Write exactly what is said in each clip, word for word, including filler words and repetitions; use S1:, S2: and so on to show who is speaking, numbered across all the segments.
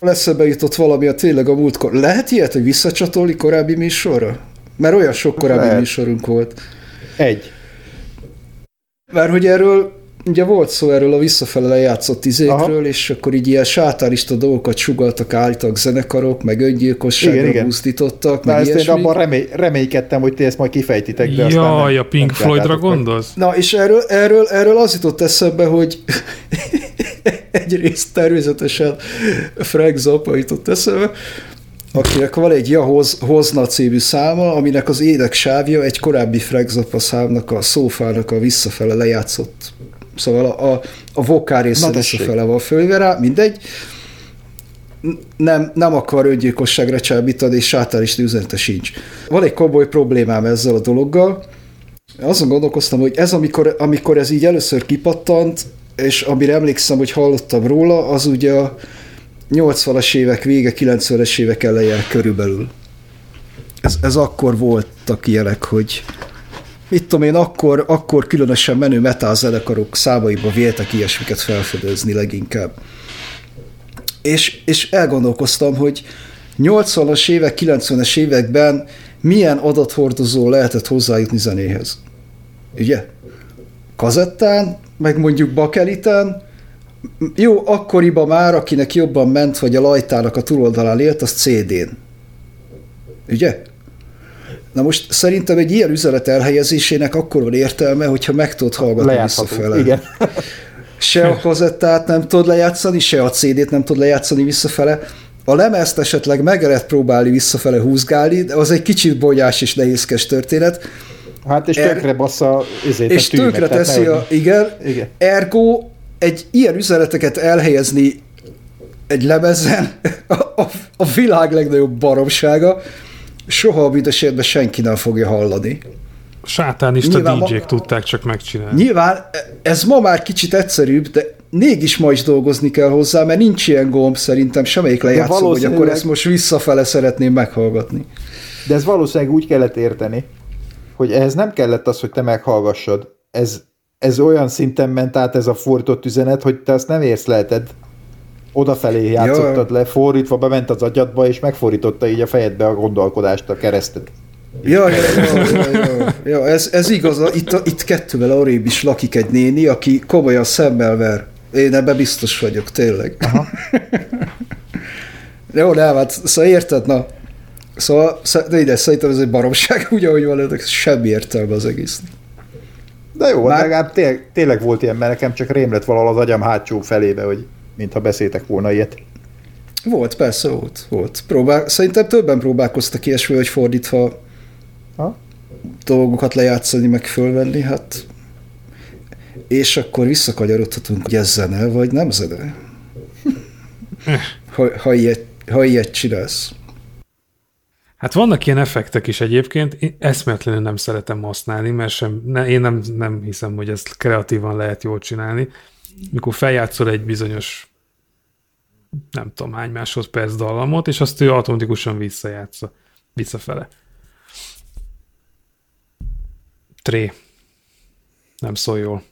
S1: Eszembe jutott valami a tényleg a múltkor. Lehet ilyet, hogy visszacsatolni korábbi műsorra? Mert olyan sok korábbi Lehet. műsorunk volt.
S2: Egy.
S1: Mert hogy erről, ugye volt szó erről a visszafele lejátszott izékről, Aha. és akkor így ilyen sátánista dolgokat sugaltak, álltak zenekarok, meg öngyilkosságra buzdítottak, meg
S2: ilyesmi. Ezt én abban remély, reménykedtem, hogy ti ezt majd kifejtitek, de aztán
S3: Jaj, a Pink Floydra gondolsz?
S1: Na, és erről, erről, erről az jutott eszembe, hogy egyrészt természetesen Frank Zappa jutott eszembe, akinek van egy Ja Hoz, Hozna című száma, aminek az éneksávja egy korábbi Frank Zappa számnak, a szófának a visszafele lejátszott. Szóval a, a, a vokál része visszafele van fölve rá, mindegy. Nem, nem akar öngyilkosságra csábítani, és sátánista üzenete sincs. Van egy komoly problémám ezzel a dologgal. Azon gondolkoztam, hogy ez amikor, amikor ez így először kipattant, és amire emlékszem, hogy hallottam róla, az ugye a nyolcvanas évek vége, kilencvenes évek eleje körülbelül. Ez, ez akkor voltak ilyenek, hogy mit tudom én, akkor, akkor különösen menő metal zenekarok számaiba véltek ilyesmiket felfedezni leginkább. És, és elgondolkoztam, hogy nyolcvanas évek, kilencvenes években milyen adathordozó lehetett hozzájutni zenéhez. Ugye? Kazettán, meg mondjuk bakeliten, jó, akkoriban már, akinek jobban ment, vagy a lajtának a túloldalán élt, az cé dén. Ugye? Na most szerintem egy ilyen üzenet elhelyezésének akkor van értelme, hogyha meg tudod hallgatni visszafele. Igen. Se a kazettát nem tudod lejátszani, se a cé dét nem tudod lejátszani visszafele. A lemezt esetleg meg lehet próbálni visszafele húzgálni, de az egy kicsit bonyás és nehézkes történet.
S2: Hát és tökre er... bassza ezért
S1: és
S2: a tűmet. És
S1: tökre teszi a... Igen. igen. Ergo egy ilyen üzeneteket elhelyezni egy lemezen a, a, a világ legnagyobb baromsága, soha a büdös életben senki nem fogja hallani.
S3: Sátánista dé dzsék ma... tudták csak megcsinálni.
S1: Nyilván ez ma már kicsit egyszerűbb, de mégis ma is dolgozni kell hozzá, mert nincs ilyen gomb szerintem semmelyik lejátszó, valószínűleg... hogy akkor ezt most visszafele szeretném meghallgatni.
S2: De ez valószínűleg úgy kellett érteni, hogy ehhez nem kellett az, hogy te meghallgassad. Ez, ez olyan szinten ment át ez a fordított üzenet, hogy te azt nem érsz leheted. Odafelé játszottad ja. le, fordítva bement az agyadba, és megfordította így a fejedbe a gondolkodást, a keresztet.
S1: Ja, ja, ja, ja, ja, ja. Ez, ez igaz, itt, itt kettővel arrébb is lakik egy néni, aki komolyan szemmel ver. Én ebben biztos vagyok, tényleg. Aha. Jó, nem, hát szóval érted, na. Szóval, de ide szerintem ez egy baromság, úgy, ahogy van, de semmi értelme az egész.
S2: De jó, Már... legalább tényleg, tényleg volt ilyen, mert nekem csak rém lett valahol az agyam hátsó felébe, hogy mintha beszéltek volna ilyet.
S1: Volt, persze, volt. volt. Próbál... Szerintem többen próbálkoztak ilyesmi, hogy fordítva ha? dolgokat lejátszani, meg fölvenni, hát és akkor visszakanyarodhatunk, hogy ez zene, vagy nem zene. ha, ha, ilyet, ha ilyet csinálsz.
S3: Hát vannak ilyen effektek is egyébként, én eszméletlenül nem szeretem használni, mert sem, ne, én nem, nem hiszem, hogy ezt kreatívan lehet jól csinálni. Mikor feljátszol egy bizonyos nem tudom hány másodperc dallamot, és azt ő automatikusan visszajátsza, visszafele. Tré. Nem szól jól.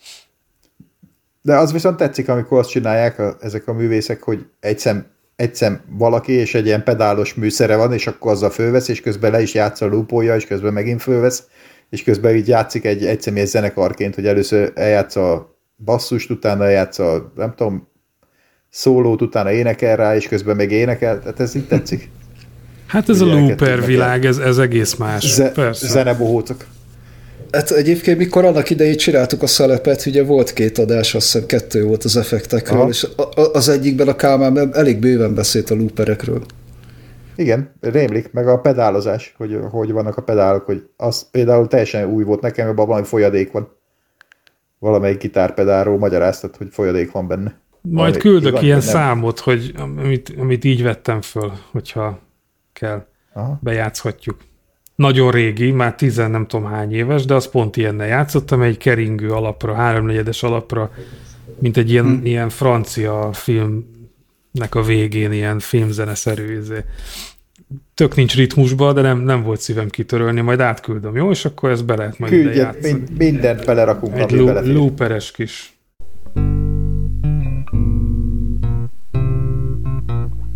S2: De az viszont tetszik, amikor azt csinálják a, ezek a művészek, hogy egy szem, egy szem valaki, és egy ilyen pedálos műszere van, és akkor azzal fölvesz, és közben le is játsz a loopolja, és közben megint fölvesz, és közben így játszik egy egyszemélyes zenekarként, hogy először eljátsza a basszust, utána eljátsza a, nem tudom, szólót, utána énekel rá, és közben meg énekel, tehát ez így tetszik.
S3: Hát ez a looper világ, ez, ez egész más.
S2: Ze- Persze. Zenebohócok.
S1: Hát egyébként mikor annak idején csináltuk a szelepet, ugye volt két adás, azt hiszem kettő volt az effektekről, Aha. és az egyikben a Kálmán elég bőven beszélt a looperekről.
S2: Igen, rémlik, meg a pedálozás, hogy, hogy vannak a pedálok, hogy az például teljesen új volt nekem, mert abban valami folyadék van. Valamelyik gitárpedálról magyaráztat, hogy folyadék van benne.
S3: Majd valami, küldök van, ilyen számot, hogy amit, amit így vettem föl, hogyha kell, Aha. bejátszhatjuk. Nagyon régi, már tizen nem tudom hány éves, de az pont ilyennel játszottam, egy keringő alapra, háromnegyedes alapra, mint egy ilyen, hmm. ilyen francia filmnek a végén, ilyen filmzeneszerű. Tök nincs ritmusban, de nem, nem volt szívem kitörölni, majd átküldöm, jó? És akkor ezt be lehet majd ide játszani.
S2: Mind, mindent belerakunk,
S3: egy
S2: ami belefér.
S3: Egy looperes kis.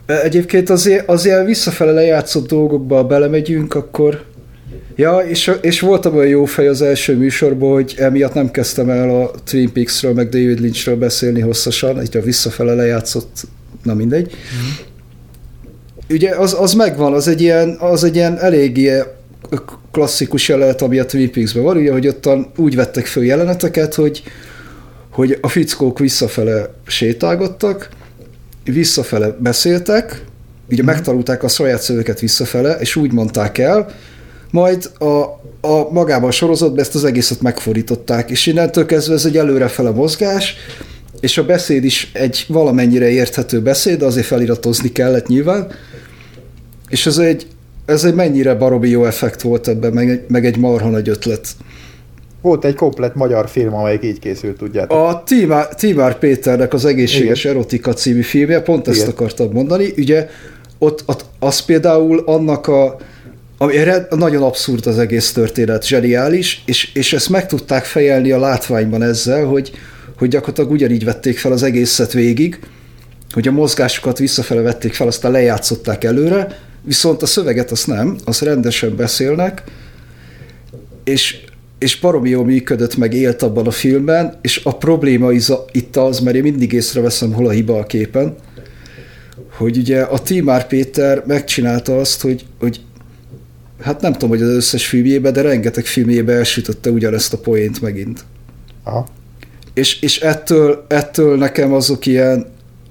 S1: Egyébként azért, azért visszafele lejátszott dolgokba belemegyünk, akkor... Ja, és, és voltam olyan jó fej az első műsorban, hogy emiatt nem kezdtem el a Twin Peaksről, meg David Lynchről beszélni hosszasan, így a visszafele lejátszott, na mindegy. Mm. Ugye az, az megvan, az egy ilyen, az egy ilyen eléggé klasszikus jelenet, ami a Twin Peaksben van, ugye, hogy ottan úgy vettek föl jeleneteket, hogy, hogy a fickók visszafele sétálgattak, visszafele beszéltek, ugye mm. megtanulták a saját szöveket visszafele, és úgy mondták el, majd a, a magában a sorozatban ezt az egészet megfordították, és innentől kezdve ez egy előrefele mozgás, és a beszéd is egy valamennyire érthető beszéd, azért feliratozni kellett nyilván, és ez egy, ez egy mennyire baromi jó effekt volt ebben, meg, meg egy marha nagy ötlet.
S2: Volt egy komplett magyar film, amelyik így készült, tudjátok.
S1: A Tímár, Tímár Péternek az Egészséges Igen. Erotika című filmje, pont Igen. ezt akartam mondani, ugye ott, ott az például annak a ami nagyon abszurd az egész történet, zseniális, és, és ezt meg tudták fejelni a látványban ezzel, hogy, hogy gyakorlatilag ugyanígy vették fel az egészet végig, hogy a mozgásokat visszafele vették fel, aztán lejátszották előre, viszont a szöveget azt nem, azt rendesen beszélnek, és, és baromi jól működött, meg élt abban a filmben, és a probléma itt az, mert én mindig észreveszem, hol a hiba a képen, hogy ugye a Tímár Péter megcsinálta azt, hogy, hogy hát nem tudom, hogy az összes filmjében, de rengeteg filmjében elsütötte ugyanezt a poént megint.
S2: Aha.
S1: És, és ettől, ettől nekem azok ilyen...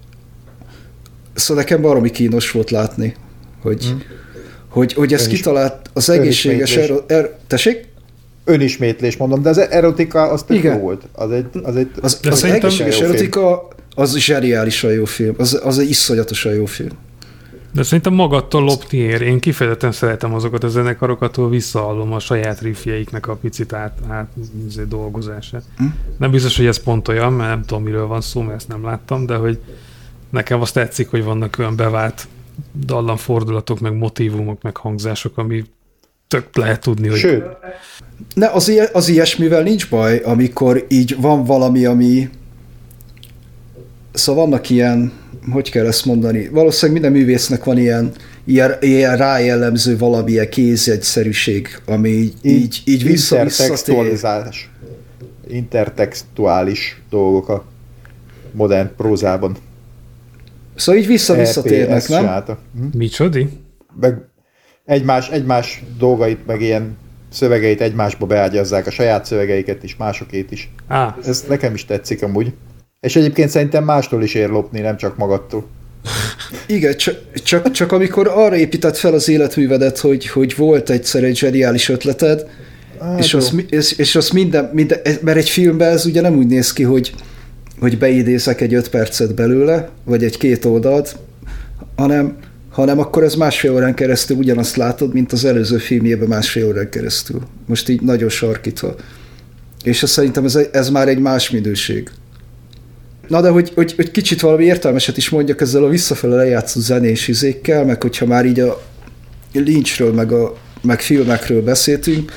S1: Szóval nekem baromi kínos volt látni, hogy, hmm. hogy, hogy ezt Önis, kitalált az egészséges... Er, er, tessék?
S2: Önismétlés mondom, de az erotika az tök jó volt. Az egy, az egy,
S1: az, az egészséges erotika az zseniálisan jó film. Az, az egy iszonyatosan jó film.
S3: De szerintem magadtól lopni ér. Én kifejezetten szeretem azokat a zenekarokat, ahol visszahallom a saját riffjeiknek a picit át, át dolgozását. Hm? Nem biztos, hogy ez pont olyan, mert nem tudom, miről van szó, mert ezt nem láttam, de hogy nekem azt tetszik, hogy vannak olyan bevált dallamfordulatok, meg motívumok, meg hangzások, ami tök lehet tudni, hogy...
S2: Sőt.
S1: Ne, az, ilyes, az ilyesmivel nincs baj, amikor így van valami, ami... Szóval vannak ilyen, hogy kell ezt mondani, valószínűleg minden művésznek van ilyen, ilyen, ilyen rájellemző valamilyen kézjegyszerűség, ami így, így, így vissza-visszatér.
S2: Intertextuális dolgok a modern prózában.
S1: Szóval így vissza-visszatérnek, nem?
S3: Micsodi?
S2: Meg egymás, egymás dolgait, meg ilyen szövegeit egymásba beágyazzák, a saját szövegeiket is, másokét is.
S3: Ah.
S2: Ez nekem is tetszik amúgy. És egyébként szerintem mástól is ér lopni, nem csak magadtól.
S1: Igen, csak, csak, csak amikor arra épített fel az életművedet, hogy, hogy volt egyszer egy zseniális ötleted, hát és, az, és, és az minden, minden, mert egy filmben ez ugye nem úgy néz ki, hogy, hogy beidézek egy öt percet belőle, vagy egy két oldalt, hanem, hanem akkor ez másfél órán keresztül ugyanazt látod, mint az előző filmjében másfél órán keresztül. Most így nagyon sarkítva. És azt szerintem ez, ez már egy más minőség. Na de hogy, hogy, hogy kicsit valami értelmeset is mondjak ezzel a visszafele lejátszó zenés izékkel, meg hogyha már így a Lynchről, meg, a, meg filmekről beszéltünk,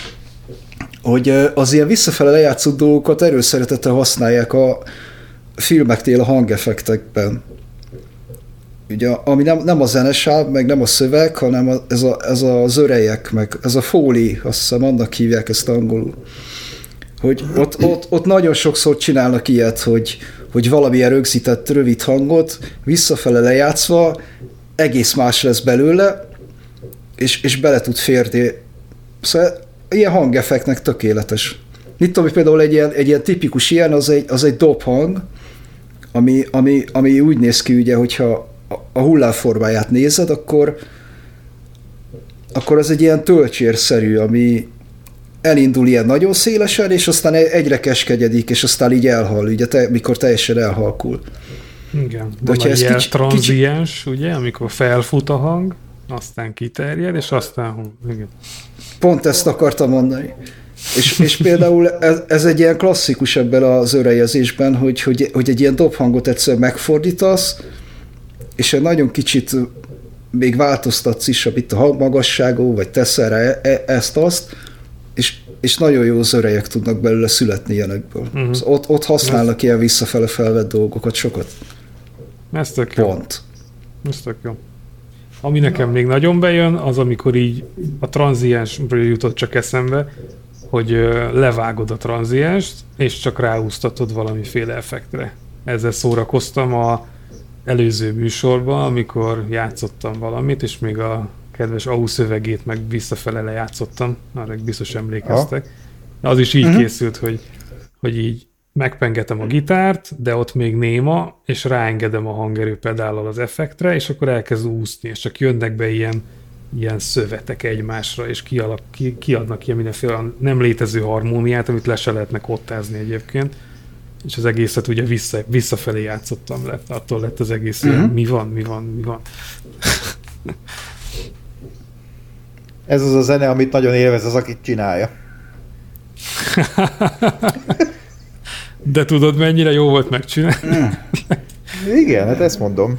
S1: hogy az ilyen visszafele lejátszott dolgokat erőszeretettel használják a filmeknél a hangeffektekben. Ugye, ami nem, nem a zenesáv, meg nem a szöveg, hanem a, ez, a, ez az örejek, meg ez a Foley, azt hiszem annak hívják ezt angolul. Hogy ott, ott, ott nagyon sokszor csinálnak ilyet, hogy, hogy valamilyen rögzített rövid hangot visszafele lejátszva egész más lesz belőle, és, és bele tud férni. Szóval ilyen hangeffektnek tökéletes. Mit tudom, hogy például egy ilyen, egy ilyen tipikus ilyen, az egy, az egy dobhang, ami, ami, ami úgy néz ki, ugye, hogyha a hullámformáját nézed, akkor, akkor az egy ilyen tölcsérszerű, ami elindul ilyen nagyon szélesen, és aztán egyre keskedik, és aztán így elhal, ugye, te, mikor teljesen elhalkul.
S3: Igen, de van egy kicsi, tranziens, kicsi... ugye, amikor felfut a hang, aztán kiterjed, és aztán... Igen.
S1: Pont ezt akartam mondani. És, és például ez, ez egy ilyen klasszikus ebben az örejezésben, hogy, hogy, hogy egy ilyen dobhangot egyszer megfordítasz, és egy nagyon kicsit még változtatsz is itt a hangmagasságon, vagy teszel rá e- ezt-azt, és, és nagyon jó zörejek tudnak belőle születni ilyenekből. Uh-huh. Szóval ott, ott használnak ez... ilyen visszafele felvett dolgokat sokat.
S3: Ez tök jó.
S1: Pont.
S3: Ez tök jó. Ami nekem még nagyon bejön, az amikor így a tranziensből jutott csak eszembe, hogy levágod a tranzienst, és csak ráúsztatod valamiféle effektre. Ezzel szórakoztam a előző műsorban, amikor játszottam valamit, és még a kedves á u szövegét meg visszafele lejátszottam, arra biztos emlékeztek. Az is így uh-huh. készült, hogy, hogy így megpengetem a gitárt, de ott még néma, és ráengedem a hangerő pedállal az effektre, és akkor elkezd úszni, és csak jönnek be ilyen, ilyen szövetek egymásra, és kialak, ki, kiadnak ilyen mindenféle nem létező harmóniát, amit le se lehetne kottázni egyébként. És az egészet ugye vissza, visszafelé játszottam le. Attól lett az egész uh-huh. ilyen, mi van, mi van, mi van.
S2: Ez az a zene, amit nagyon élvez az, akit csinálja.
S3: De tudod, mennyire jó volt megcsinálni?
S2: Igen, hát ezt mondom.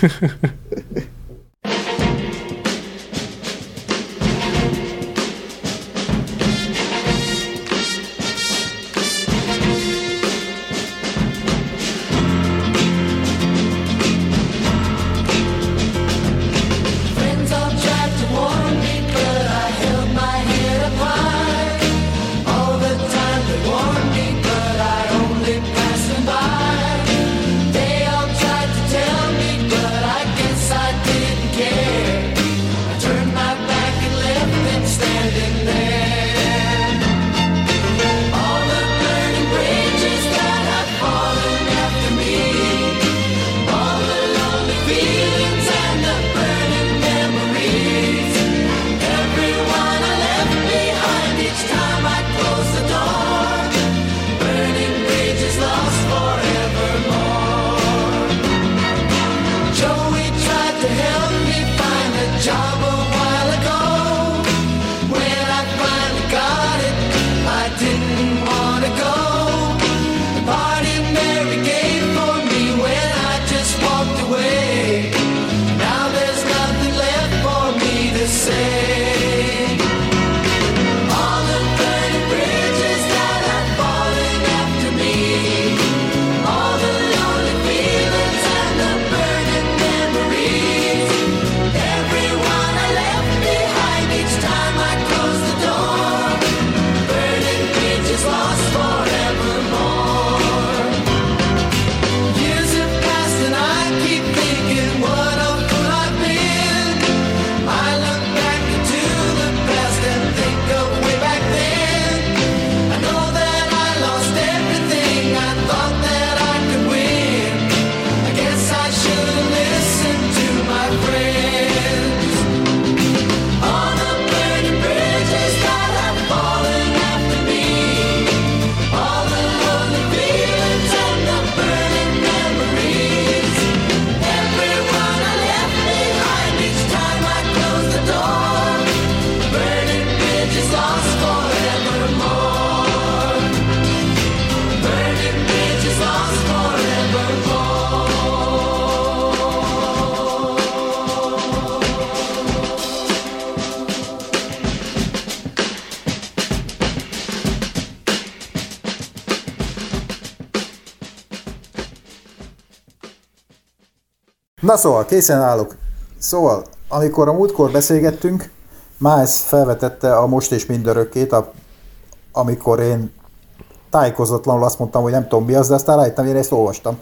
S2: Na szóval, készen állok. Szóval, amikor a múltkor beszélgettünk, Miles felvetette a most és mindörökkét, a, amikor én tájékozatlanul azt mondtam, hogy nem tudom mi az, de aztán rájöttem, én ezt olvastam.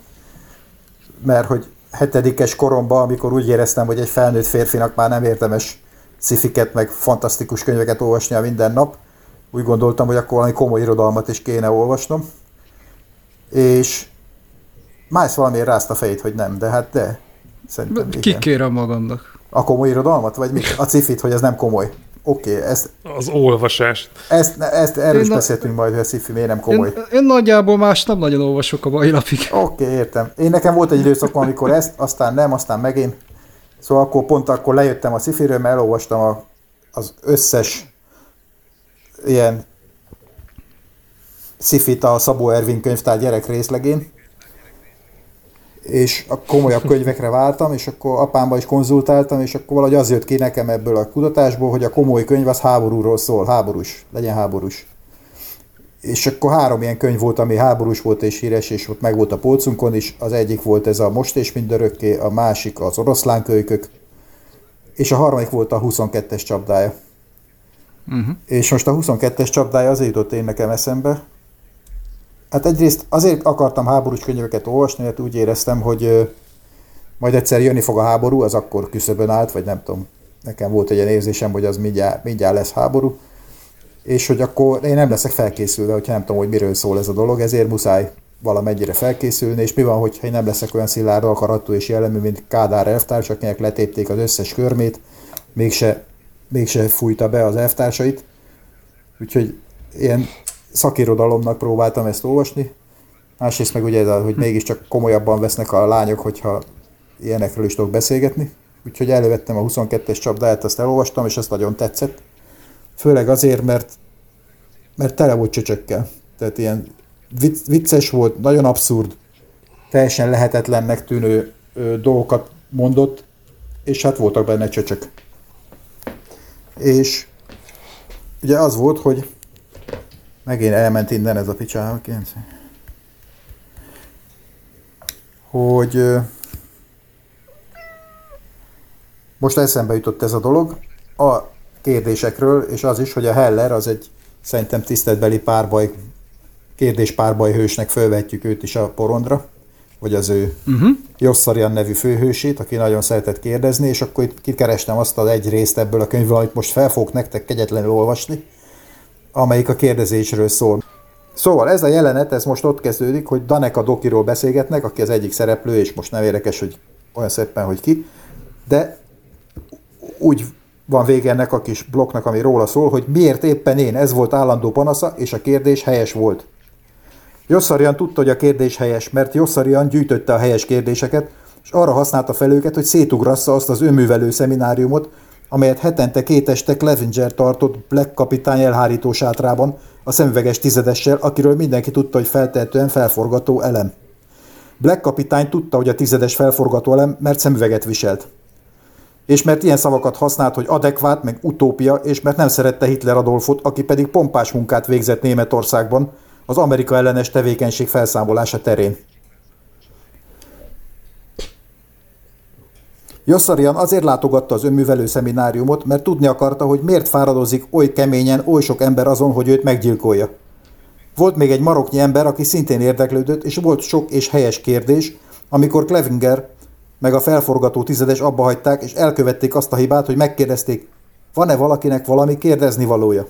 S2: Mert hogy hetedikes koromban, amikor úgy éreztem, hogy egy felnőtt férfinak már nem érdemes sci-fiket, meg fantasztikus könyveket olvasnia minden nap, úgy gondoltam, hogy akkor valami komoly irodalmat is kéne olvasnom. És Miles valamiért rázta a fejét, hogy nem, de hát de... Szerintem igen.
S1: Kikérem magamnak.
S2: A komoly irodalmat? Vagy mi? A cifit, hogy ez nem komoly. Oké, okay, ezt...
S3: Az olvasást.
S2: Ezt, ezt erről is beszéltünk majd, hogy a cifi miért nem komoly.
S1: Én, én nagyjából más nem nagyon olvasok a mai napig.
S2: Oké, okay, értem. Én nekem volt egy időszakom, amikor ezt, aztán nem, aztán megint. Szóval akkor pont akkor lejöttem a cifiről, mert elolvastam a, az összes ilyen cifit a Szabó Ervin könyvtár gyerek részlegén. És a komolyabb könyvekre vártam, és akkor apámba is konzultáltam, és akkor valahogy az jött ki nekem ebből a kutatásból, hogy a komoly könyv az háborúról szól, háborús, legyen háborús. És akkor három ilyen könyv volt, ami háborús volt és híres, és ott meg volt a polcunkon is. Az egyik volt ez a Most és mindörökké, a másik az Oroszlánkölykök, és a harmadik volt a huszonkettes csapdája. Uh-huh. És most a huszonkettes csapdája azért jutott én nekem eszembe. Hát egyrészt azért akartam háborús könyveket olvasni, mert úgy éreztem, hogy majd egyszer jönni fog a háború, az akkor küszöbön állt, vagy nem tudom. Nekem volt egy ilyen érzésem, hogy az mindjárt, mindjárt lesz háború. És hogy akkor én nem leszek felkészülve, hogyha nem tudom, hogy miről szól ez a dolog, ezért muszáj valamennyire felkészülni, és mi van, hogyha én nem leszek olyan szilárd akaratú és jellemű, mint Kádár elvtárs, akinek letépték az összes körmét, mégse, mégse fújta be az elvtársait. Úgyhogy ilyen szakirodalomnak próbáltam ezt olvasni. Másrészt meg ugye ez, hogy mégiscsak komolyabban vesznek a lányok, hogyha ilyenekről is tudok beszélgetni. Úgyhogy elővettem a huszonkettes csapdáját, azt elolvastam, és azt nagyon tetszett. Főleg azért, mert, mert tele volt csöcsökkel. Tehát ilyen vicces volt, nagyon abszurd, teljesen lehetetlennek tűnő ö, dolgokat mondott, és hát voltak benne csöcsök. És ugye az volt, hogy megint elment innen ez a picsába, hogy ö, most eszembe jutott ez a dolog a kérdésekről, és az is, hogy a Heller az egy szerintem tiszteletbeli párbaj, kérdés-párbaj hősnek fölvetjük őt is a porondra, vagy az ő uh-huh. Josszarian nevű főhősét, aki nagyon szeretett kérdezni, és akkor itt kikerestem azt az egy részt ebből a könyvből, amit most fel fogok nektek kegyetlenül olvasni, amelyik a kérdezésről szól. Szóval ez a jelenet, ez most ott kezdődik, hogy Daneka Dokiról beszélgetnek, aki az egyik szereplő, és most nem érdekes, hogy olyan szépen, hogy ki, de úgy van vége ennek a kis blokknak, ami róla szól, hogy miért éppen én, ez volt állandó panasza, és a kérdés helyes volt. Josszarian tudta, hogy a kérdés helyes, mert Josszarian gyűjtötte a helyes kérdéseket, és arra használta fel őket, hogy szétugrassza azt az önművelő szemináriumot, amelyet hetente két este Clevenger tartott Black kapitány elhárító sátrában a szemüveges tizedessel, akiről mindenki tudta, hogy feltehetően felforgató elem. Black kapitány tudta, hogy a tizedes felforgató elem, mert szemüveget viselt. És mert ilyen szavakat használt, hogy adekvát, meg utópia, és mert nem szerette Hitler Adolfot, aki pedig pompás munkát végzett Németországban az Amerika ellenes tevékenység felszámolása terén. Josszarian azért látogatta az önművelő szemináriumot, mert tudni akarta, hogy miért fáradozik oly keményen oly sok ember azon, hogy őt meggyilkolja. Volt még egy maroknyi ember, aki szintén érdeklődött, és volt sok és helyes kérdés, amikor Clevenger meg a felforgató tizedes abba hagyták, és elkövették azt a hibát, hogy megkérdezték, van-e valakinek valami kérdezni valója?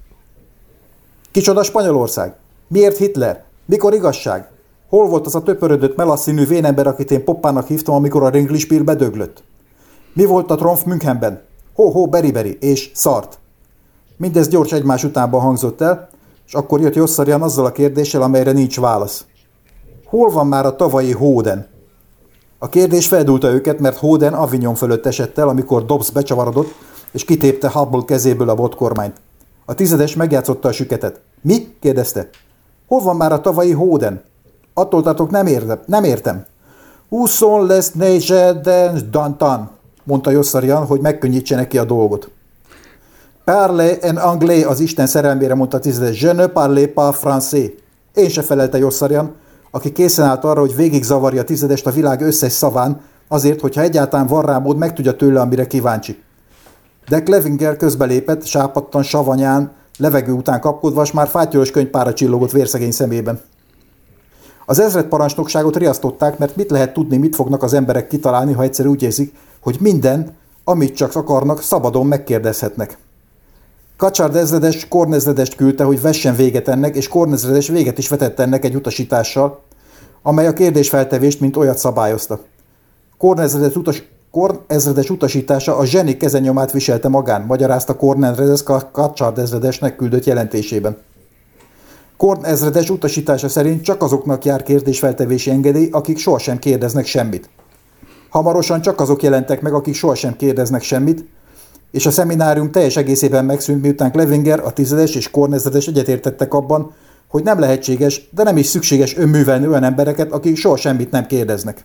S2: Kicsoda Spanyolország? Miért Hitler? Mikor igazság? Hol volt az a töpörödött melasszínű vénember, akit én Poppának hívtam, amikor a Ringlispiel bedöglött? Mi volt a Tromf Münchenben? Ho-ho, beri-beri, és szart. Mindez gyors egymás utánban hangzott el, és akkor jött Josszarian azzal a kérdéssel, amelyre nincs válasz. Hol van már a tavalyi Hóden? A kérdés feldúlta őket, mert Hóden Avignon fölött esett el, amikor Dobbs becsavarodott, és kitépte Hubble kezéből a botkormányt. A tizedes megjátszotta a süketet. Mi? Kérdezte. Hol van már a tavalyi Hóden? Attól tartok, nem értem. Nem értem. Où sont les neiges d'antan? Mondta Josszarian, hogy megkönnyítse neki a dolgot. Parlez en anglais, az Isten szerelmére, mondta a tizedes. Je ne parle pas français. Én se, felelte Josszarian, aki készen állt arra, hogy végig zavarja a tizedest a világ összes szaván, azért, hogyha egyáltalán van rá mód, megtudja tőle, amire kíváncsi. De Clevenger közbelépett, sápadtan, savanyán, levegő után kapkodva, s már fátyolos könyvpára csillogott vérszegény szemében. Az ezredparancsnokságot riasztották, mert mit lehet tudni, mit fognak az emberek kitalálni, ha egyszer úgy érzik, hogy minden, amit csak akarnak, szabadon megkérdezhetnek. Kacsárd ezredes Korn ezredest küldte, hogy vessen véget ennek, és Korn ezredes véget is vetett ennek egy utasítással, amely a kérdésfeltevést mint olyat szabályozta. Korn ezredes, utas, Korn ezredes utasítása a zseni kezenyomát viselte magán, magyarázta Korn ezredes Kacsárd ezredesnek küldött jelentésében. Korn ezredes utasítása szerint csak azoknak jár kérdésfeltevési engedély, akik sohasem kérdeznek semmit. Hamarosan csak azok jelentek meg, akik sohasem kérdeznek semmit, és a szeminárium teljes egészében megszűnt, miután Clevenger, a tizedes és Korn ezredes egyetértettek abban, hogy nem lehetséges, de nem is szükséges önművelni olyan embereket, akik soha semmit nem kérdeznek.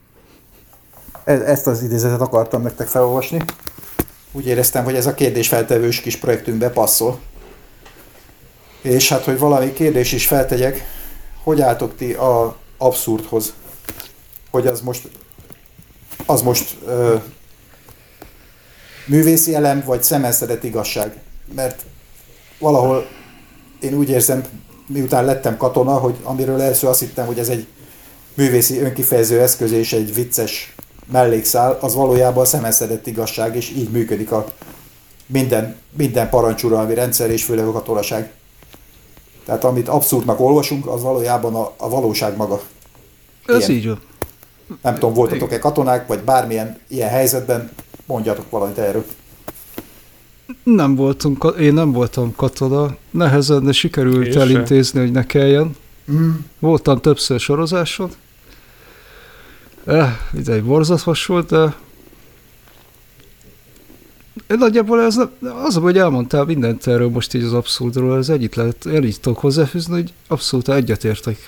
S2: Ezt az idézetet akartam nektek felolvasni. Úgy éreztem, hogy ez a kérdésfeltevős kis projektünkbe passzol. És hát, hogy valami kérdés is feltegyek, hogy álltok ti a abszurdhoz? Hogy az most az most ö, művészi elem, vagy szemelszedett igazság? Mert valahol én úgy érzem, miután lettem katona, hogy amiről először azt hittem, hogy ez egy művészi önkifejező eszköz és egy vicces mellékszál, az valójában szemelszedett igazság, és így működik a minden, minden parancsuralmi rendszer, és főleg a katonaság. Tehát amit abszurdnak olvasunk, az valójában a, a valóság maga.
S1: Ez ilyen. Így van.
S2: Nem tudom, voltatok-e katonák, vagy bármilyen ilyen helyzetben, mondjatok valamit erről.
S1: Nem voltunk, én nem voltam katona, nehezen, de sikerült és elintézni, hogy ne kelljen. Mm. Voltam többször sorozáson. Eh, ide egy borzasztós volt, de nagyjából ez nem, az, hogy elmondtál mindent erről most így az abszurdról, ez egyik lehet, én így tudok hozzáfűzni, hogy abszolút egyetértek.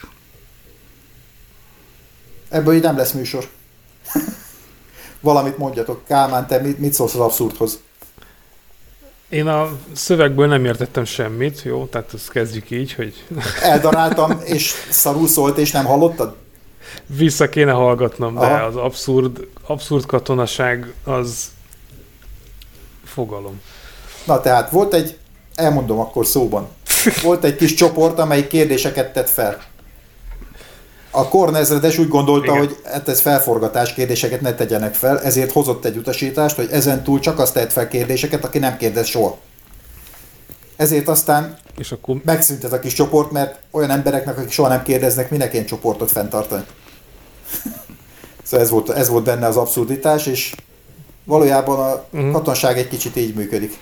S2: Ebből így nem lesz műsor. Valamit mondjatok. Kálmán, te mit, mit szólsz az abszurdhoz?
S3: Én a szövegből nem értettem semmit, jó? Tehát ezt kezdjük így, hogy...
S2: Eldaráltam, és szarul szólt, és nem hallottad?
S3: Vissza kéne hallgatnom, de aha, az abszurd, abszurd katonaság az fogalom.
S2: Na tehát volt egy, elmondom akkor szóban, volt egy kis csoport, amelyik kérdéseket tett fel. A kornezredes úgy gondolta, igen, hogy hát ez felforgatás, kérdéseket ne tegyenek fel, ezért hozott egy utasítást, hogy ezentúl csak azt tehet fel kérdéseket, aki nem kérdez soha. Ezért aztán és akkor... megszűnt ez a kis csoport, mert olyan embereknek, akik soha nem kérdeznek, minek ilyen csoportot fenntartani. Szóval ez volt, ez volt benne az abszurditás, és valójában a uh-huh. katonság egy kicsit így működik.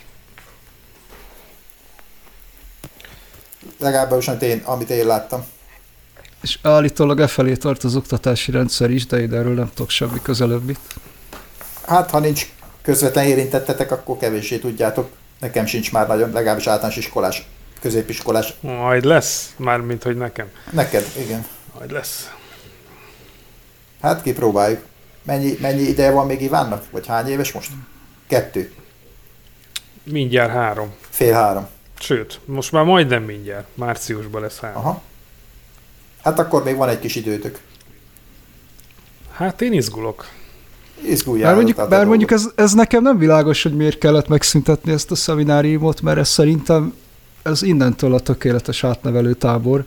S2: Legalábbis amit én, amit én láttam.
S1: És állítólag e felé tart az oktatási rendszer is, de én erről nem tudok semmi közelebbit.
S2: Hát, ha nincs közvetlen érintettetek, akkor kevéssé tudjátok. Nekem sincs már nagyon, legalábbis általános iskolás, középiskolás.
S3: Majd lesz, mármint hogy nekem.
S2: Neked, igen.
S3: Majd lesz.
S2: Hát kipróbáljuk. Mennyi, mennyi ideje van még Ivánnak? Vagy hány éves most? Kettő.
S3: Mindjárt három.
S2: Fél három.
S3: Sőt, most már majdnem mindjárt. Márciusban lesz három.
S2: Aha. Hát akkor még van egy kis időtök.
S3: Hát én izgulok.
S2: Izguljál.
S1: Bár mondjuk, bár mondjuk ez, ez nekem nem világos, hogy miért kellett megszüntetni ezt a szemináriumot, mert ez szerintem ez innentől a tökéletes átnevelő tábor.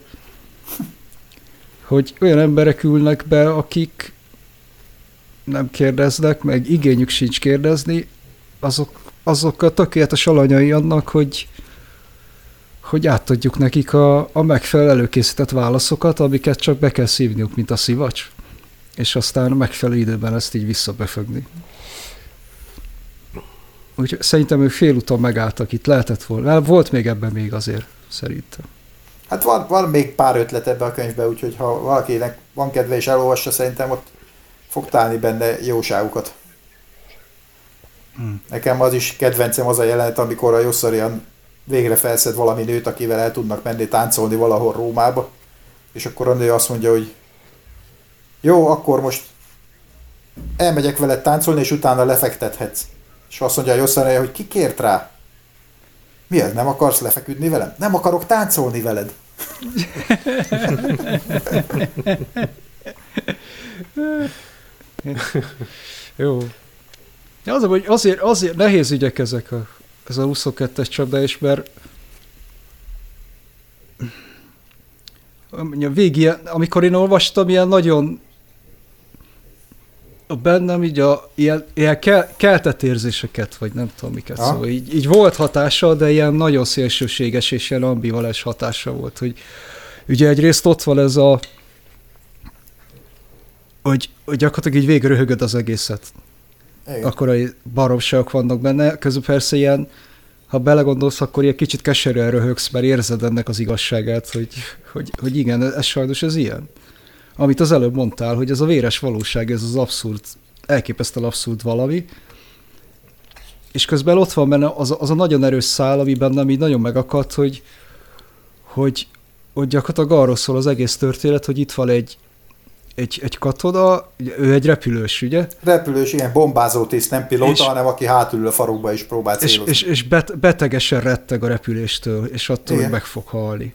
S1: Hogy olyan emberek ülnek be, akik nem kérdeznek, meg igényük sincs kérdezni, azok, azok a tökéletes alanyai annak, hogy hogy átadjuk nekik a, a megfelelő előkészített válaszokat, amiket csak be kell szívniuk, mint a szivacs, és aztán megfelelő időben ezt így visszabefögni. Úgyhogy szerintem ők félúton megálltak itt, lehetett volna. Volt még ebben még azért, szerintem.
S2: Hát van, van még pár ötlet ebben a könyvben, úgyhogy ha valakinek van kedve és elolvassa, szerintem ott fog találni benne jóságukat. Hmm. Nekem az is kedvencem az a jelenet, amikor a Josszarian végre felszed valami nőt, akivel el tudnak menni táncolni valahol Rómába, és akkor a nő azt mondja, hogy jó, akkor most elmegyek veled táncolni, és utána lefektethetsz. És azt mondja a Josszarian, hogy ki kért rá? Mi ez, nem akarsz lefeküdni velem? Nem akarok táncolni veled.
S1: Jó. Az, hogy azért, azért nehéz ügyek ezek a, ez a huszonkettes csapda is, mert a végig, amikor én olvastam, ilyen nagyon a bennem így a, ilyen, ilyen kel, keltett érzéseket, vagy nem tudom miket, ha? Szóval így, így volt hatása, de ilyen nagyon szélsőséges és ilyen ambivalens hatása volt, hogy ugye egyrészt ott van ez a hogy, hogy gyakorlatilag így végre röhögöd az egészet. Igen. Akkor a baromságok vannak benne, közben persze ilyen, ha belegondolsz, akkor ilyen kicsit keserűen röhögsz, mert érzed ennek az igazságát, hogy, hogy, hogy igen, ez sajnos ez ilyen. Amit az előbb mondtál, hogy ez a véres valóság, ez az abszurd, elképesztően abszurd valami, és közben ott van benne az, az a nagyon erős szál, ami bennem így nagyon megakadt, hogy, hogy, hogy gyakorlatilag arról szól az egész történet, hogy itt van egy, egy, egy katona, ő egy repülős, ugye?
S2: Repülős, ilyen bombázó tiszt, nem pilóta, és, hanem aki hátulül a farokba is próbál célozni.
S1: És, és, és bet, betegesen retteg a repüléstől, és attól, hogy meg fog halni.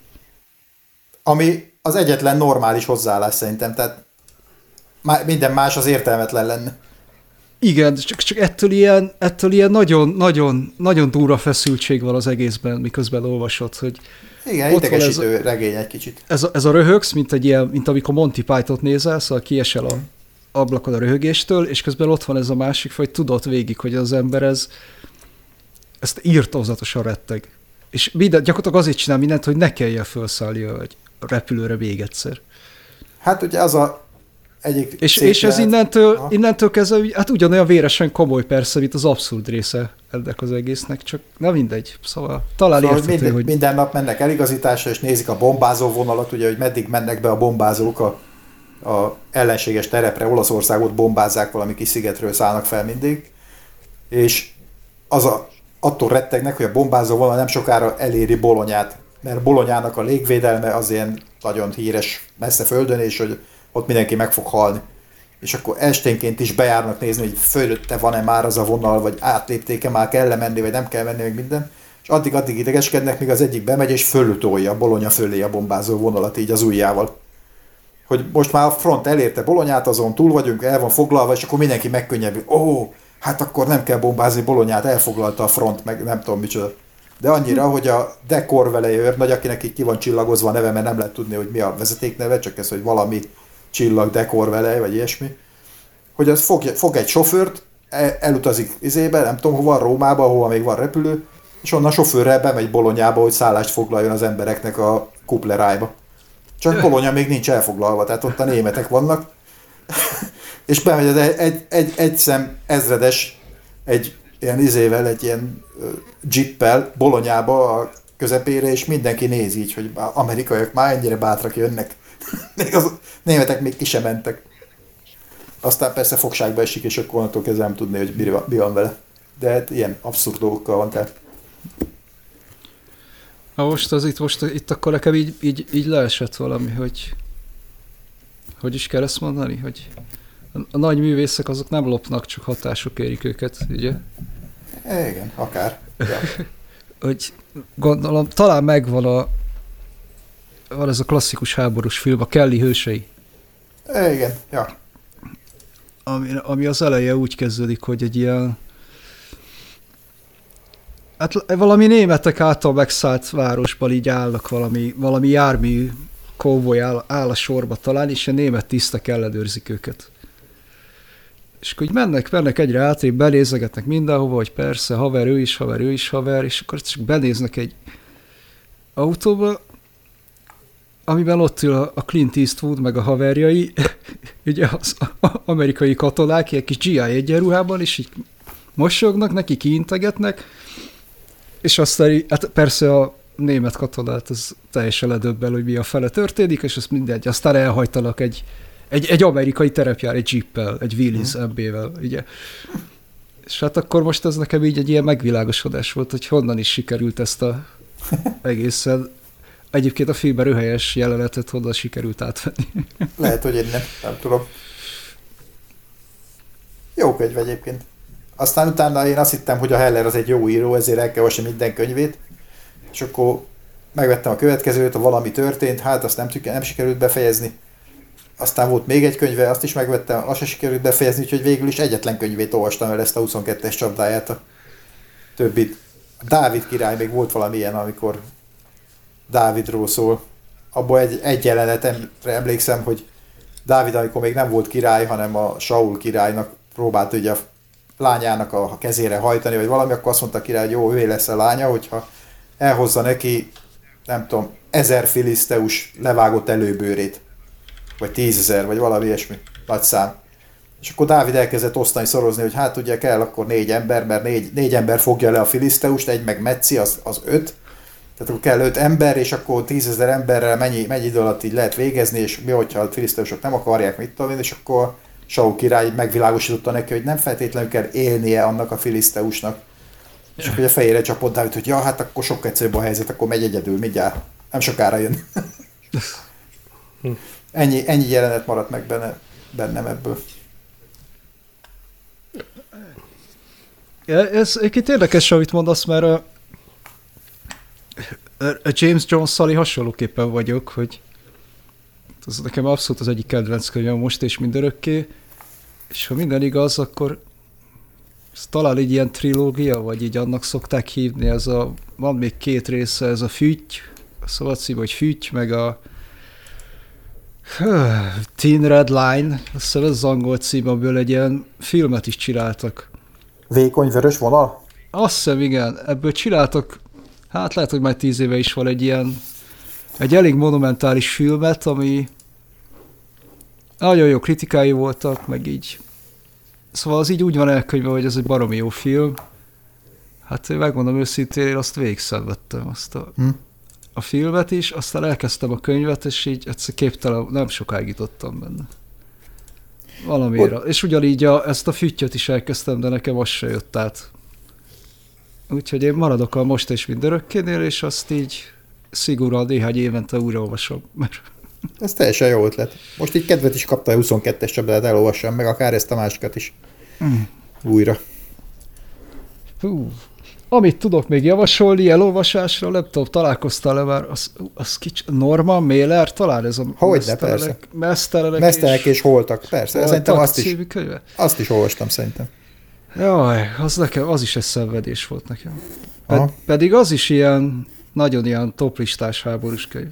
S2: Ami az egyetlen normális hozzáállás szerintem, tehát minden más az értelmetlen lenne.
S1: Igen, csak, csak ettől ilyen, ettől ilyen nagyon, nagyon, nagyon durva feszültség van az egészben, miközben olvasod, hogy
S2: igen, idegesítő ez, regény egy kicsit.
S1: Ez a, ez a röhögsz, mint, egy ilyen, mint amikor Monty Python-t nézel, szóval kiesel a ablakon a röhögéstől, és közben ott van ez a másik, hogy tudod végig, hogy az ember ez, ezt írtózatosan retteg. És minden, gyakorlatilag azért csinál mindent, hogy ne kelljen felszállni a repülőre még egyszer.
S2: Hát ugye az a egyik
S1: és, és ez innentől, innentől kezdve, hát ugyanolyan véresen komoly persze, mint az abszurd része ennek az egésznek, csak na mindegy. Szóval talán szóval érthető,
S2: minden,
S1: hogy...
S2: Minden nap mennek eligazításra, és nézik a bombázó vonalat, ugye, hogy meddig mennek be a bombázók a, a ellenséges terepre, Olaszországot bombázzák, valami kis szigetről szállnak fel mindig, és az a, attól rettegnek, hogy a bombázó vonal nem sokára eléri Bolonyát, mert Bolonyának a légvédelme az ilyen nagyon híres messze földön, és hogy ott mindenki meg fog halni. És akkor esténként is bejárnak nézni, hogy fölötte van-e már az a vonal, vagy átlépték-e, már kell menni, vagy nem kell menni, meg minden. És addig-addig idegeskednek, míg az egyik bemegy, és fölutolja a Bologna fölé a bombázó vonalat így az ujjával. Hogy most már a front elérte Bolonyát, azon túl vagyunk, el van foglalva, és akkor mindenki megkönnyebbül. Ó, hát akkor nem kell bombázni Bolonyát, elfoglalta a front, meg nem tudom micsoda. De annyira, hogy a De Corvellei őrnagy, akinek így ki van csillagozva a neve, mert nem lehet tudni, hogy mi a vezetékneve, csak ez, hogy valami csillag De Corvellei, vagy ilyesmi, hogy az fog, fog egy sofőrt, elutazik izébe, nem tudom hova, Rómába, ahova még van repülő, és onnan a sofőrrel bemegy Bolonyába, hogy szállást foglaljon az embereknek a Kuplerájba. Csak Bologna még nincs elfoglalva, tehát ott a németek vannak, és bemegy egy, egy, egy, egy szem ezredes, egy ilyen izével, egy ilyen jeeppel Bolonyába a közepére, és mindenki néz így, hogy amerikaiak már ennyire bátrak jönnek. Még az németek még ki sem mentek. Aztán persze fogságba esik, és akkor onnantól kezdve nem tudni, hogy mi van, mi van vele. De hát ilyen abszurd dolgokkal van tehát.
S1: Na most az itt, most itt akkor nekem így, így, így leesett valami, hogy hogy is kell ezt mondani, hogy a, a nagy művészek azok nem lopnak, csak hatások érik őket, ugye?
S2: Igen, akár. Ja.
S1: Hogy gondolom, talán megvan a van ez a klasszikus háborús film, a Kelly hősei.
S2: Igen, ja.
S1: Ami, ami az eleje úgy kezdődik, hogy egy ilyen hát valami németek által megszállt városban így állnak valami, valami jármű kóboly áll, áll a sorba talán, és a német tisztek ellenőrzik őket. És akkor így mennek, mennek egyre átrébb, benézegetnek mindenhova, hogy persze, haver, ő is haver, ő is haver, és akkor csak benéznek egy autóba, amiben ott ül a Clint Eastwood, meg a haverjai, ugye az amerikai katonák, ilyen kis gé i egyenruhában, és így mosolyognak, neki kiintegetnek, és aztán hát persze a német katonát az teljesen ledöbbel, hogy mi a fele történik, és azt mindegy, aztán elhajtanak egy, egy, egy amerikai terepjár, egy jeeppel, egy Willys em bé-vel, ugye. És hát akkor most ez nekem így egy ilyen megvilágosodás volt, hogy honnan is sikerült ezt a egészen. Egyébként a filmben röhelyes jelenetet honnan sikerült átvenni.
S2: Lehet, hogy én nem, nem tudom. Jó könyv egyébként. Aztán utána én azt hittem, hogy a Heller az egy jó író, ezért el kell olvasni minden könyvét, és akkor megvettem a következőt, a Valami történt, hát azt nem, nem sikerült befejezni. Aztán volt még egy könyve, azt is megvettem, azt sem sikerült befejezni, úgyhogy végül is egyetlen könyvét olvastam el, ezt a huszonkettes csapdáját, a többit. A Dávid király még volt valamilyen, amikor Dávidról szól. Abban egy, egy jelenetemre emlékszem, hogy Dávid, amikor még nem volt király, hanem a Saul királynak próbált ugye a lányának a kezére hajtani, vagy valami, akkor azt mondta a király, hogy jó, ővé lesz a lánya, hogyha elhozza neki, nem tudom, ezer filiszteus levágott előbőrét, vagy tízezer, vagy valami ilyesmi, nagy szám. És akkor Dávid elkezdett osztani, szorozni, hogy hát ugye kell akkor négy ember, mert négy, négy ember fogja le a filiszteust, egy meg Metzi, az, az öt, tehát akkor kell öt ember, és akkor tízezer emberrel mennyi, mennyi idő alatt így lehet végezni, és mi, hogyha a filiszteusok nem akarják, mit tudom én, és akkor Saul király megvilágosította neki, hogy nem feltétlenül kell élnie annak a filiszteusnak. És akkor a fejére csapott Dávid, hogy ja, hát akkor sokkal egyszerűbb a helyzet, akkor megy egyedül, mindjárt. Nem sokára jön. ennyi, ennyi jelenet maradt meg benne, bennem ebből.
S1: Ez egyébként érdekes, amit mondasz, mert a, a James Jones-szal hasonlóképpen vagyok, hogy ez nekem abszolút az egyik kedvenc könyvem most és mindörökké, és ha minden igaz, akkor ez talán egy ilyen trilógia, vagy így annak szokták hívni, ez a, van még két része, ez a Füty, a szabadcím, hogy Füty, meg a Thin Red Line, azt hiszem ez az angol cím, amiből egy ilyen filmet is csináltak.
S2: Vékony vörös vonal?
S1: Azt hiszem, igen. Ebből csináltak, hát lehet, hogy már tíz éve is van egy ilyen, egy elég monumentális filmet, ami nagyon jó kritikái voltak, meg így. Szóval az így úgy van elkönyvve, hogy ez egy baromi jó film. Hát én megmondom őszintén, én azt végigszenvedtem, azt a, hm. a filmet is, aztán elkezdtem a könyvet, és így egyszer képtelen, nem sokáig jutottam benne. Valamire. Ott. És ugyanígy a, ezt a Füttyöt is elkezdtem, de nekem az se jött át. Úgyhogy én maradok a Most és mindörökkénél, és azt így szigorúan néhány évente újra olvasom. Mert...
S2: Ez teljesen jó ötlet. Most így kedvet is kapta a huszonkettes csapdát, elolvassam, meg akár ezt a másikat is. Mm. Újra.
S1: Hú. Amit tudok még javasolni elolvasásra, nem tudom, találkoztál-e már, az, az kicsi, Norman Mailer, talán ez a
S2: Hogyne, persze.
S1: Mesztelenek,
S2: Mesztelenek és, és holtak, persze. Holtak szerintem azt is,
S1: könyve.
S2: azt is olvastam szerintem.
S1: Jaj, az, nekem, az is egy szenvedés volt nekem. Ped, pedig az is ilyen, nagyon ilyen toplistás háborús könyv.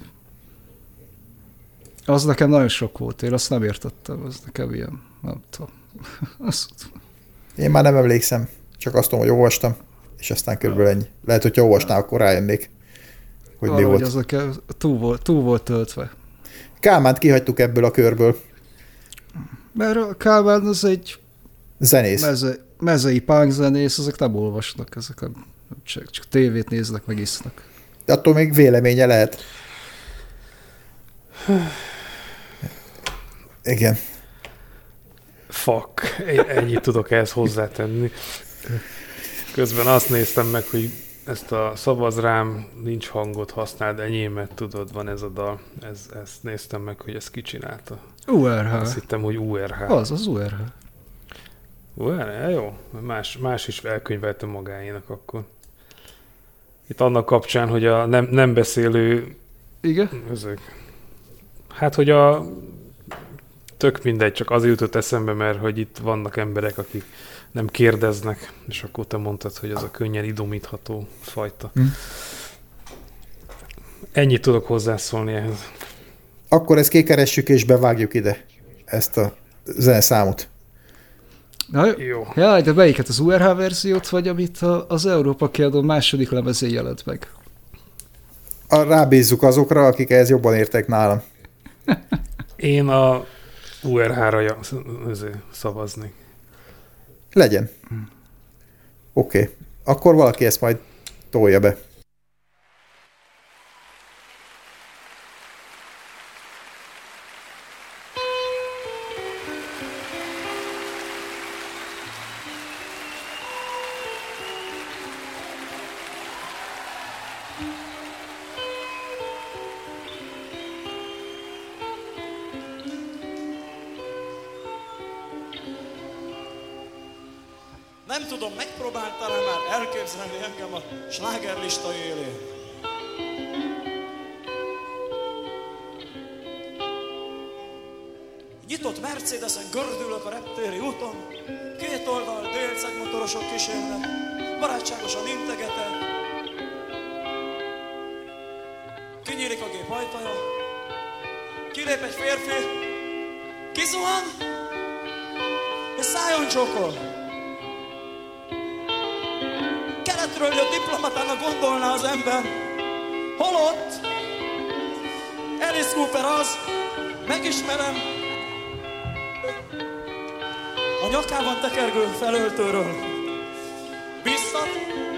S1: Az nekem nagyon sok volt, én azt nem értettem, az nekem ilyen, nem tudom. Azt...
S2: Én már nem emlékszem, csak azt tudom, hogy olvastam. És aztán körülbelül ennyi. Lehet, hogyha olvasnál, akkor rájönnék, hogy
S1: valahogy
S2: mi volt.
S1: Az nekem túl volt, túl volt töltve.
S2: Kálmánt kihagytuk ebből a körből.
S1: Mert a Kálmán az egy
S2: zenész.
S1: Meze, mezei punk zenész, ezek nem olvasnak, ezek nem, csak, csak tévét néznek, meg isznak.
S2: De attól még véleménye lehet. Igen.
S3: Fuck, ennyit tudok ehhez hozzátenni. Közben azt néztem meg, hogy ezt a Szavazz rám, nincs hangot, használd enyémet, tudod, van ez a dal. Ez, ezt néztem meg, hogy ezt ki csinálta.
S1: u er há.
S3: Azt hittem, hogy u er há.
S1: Az, az u er há.
S3: u er há, jó. Más, más is elkönyvelte magáénak akkor. Itt annak kapcsán, hogy a nem, nem beszélő...
S1: Igen?
S3: Ezek, hát, hogy a... Tök mindegy, csak azért jutott eszembe, mert hogy itt vannak emberek, akik nem kérdeznek, és akkor te mondtad, hogy az a könnyen idomítható fajta. Hm. Ennyit tudok hozzászólni ehhez.
S2: Akkor ezt kikeressük és bevágjuk ide, ezt a zeneszámot.
S1: Na, jó. Jaj, de melyiket, az u er há verziót, vagy amit az Európa kiadó második lemezén jelent meg?
S2: A, rábízzuk azokra, akik ehhez jobban értek nálam.
S3: Én a u er há-ra szavazni.
S2: Legyen. Oké. Okay. Akkor valaki ezt majd tolja be.
S4: Nem tudom, megpróbáltál-e már elképzelni engem a slágerlista élén? Nyitott Mercedesen gördülök a reptéri úton, két oldal délceg motorosok kísérnek, barátságosan integetek. Kinyílik a gép ajtaja, kilép egy férfi, kizuhan, és szájon csókol. Keletről jött diplomatának gondolná az ember, holott Alice Cooper az, megismerem, a nyakában tekergő felöltőről biztat,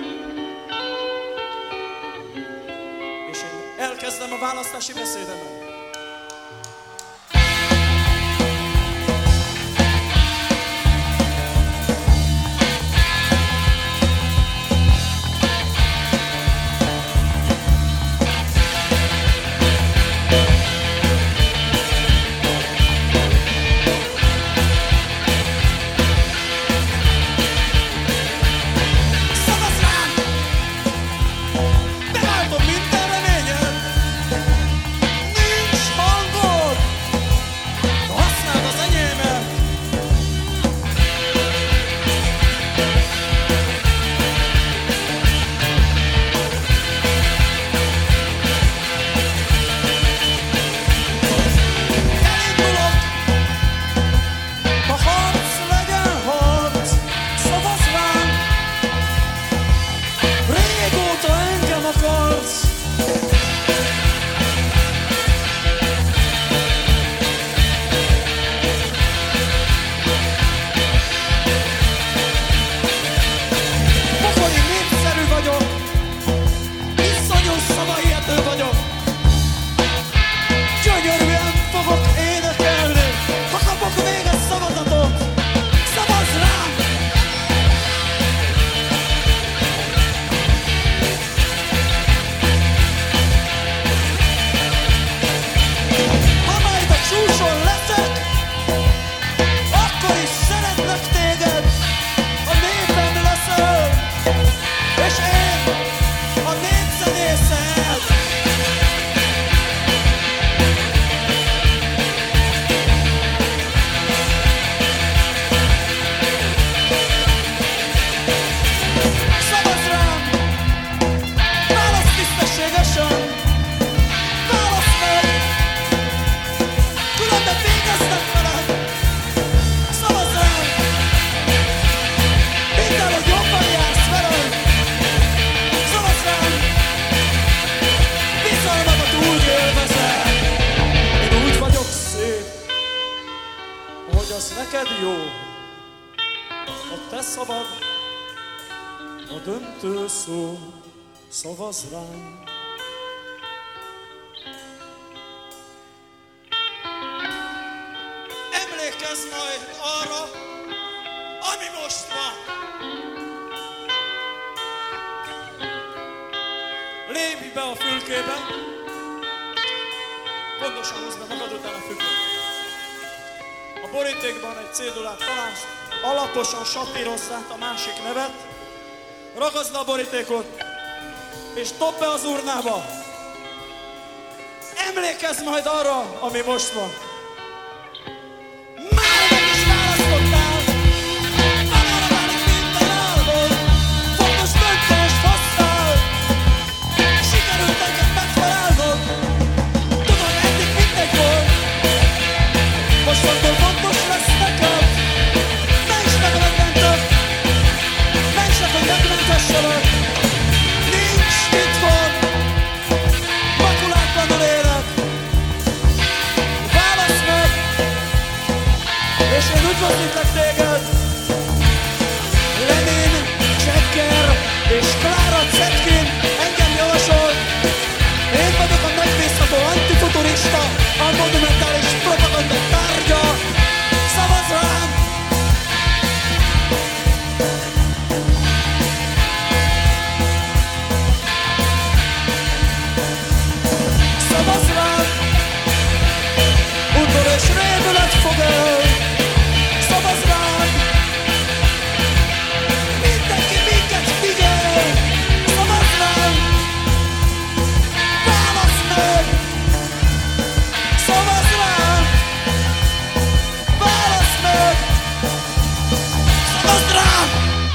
S4: és én elkezdem a választási beszédemet. jó, a te szavad, a döntő szó, szavazz rám. Emlékezz majd arra, ami most van. Lépj be a fülkébe, gondosan húzd be magad után a függönyt. A borítékban egy cédulát találsz, alaposan satírozz át a másik nevet, ragaszd le a borítékot, és dobd be az urnába. Emlékezz majd arra, ami most van. Már meg is választottál, arra már minden álmod, fontos döntést hoztál, sikerült neked megfelelnod, tudom, eddig mindegy volt, mostantól fontos lesz neked, menj meg a megmentek, menj meg, hogy megmentesselek, nincs titkon, makulátlanul élek, válasz meg, és én üdvözlítlek téged, Lenin, Csekker és Klára Zetkin engem javasolt, én vagyok a megbízható antifuturista, a monumentális propaganda tárgya, szavazz rám! Szavazz rám! Undor és rémület fog el! Szavazz rám! Mindenki minket figyel! Szavazz rám! Válasz meg! Szavazz rám! Válasz meg! Szavazz rám!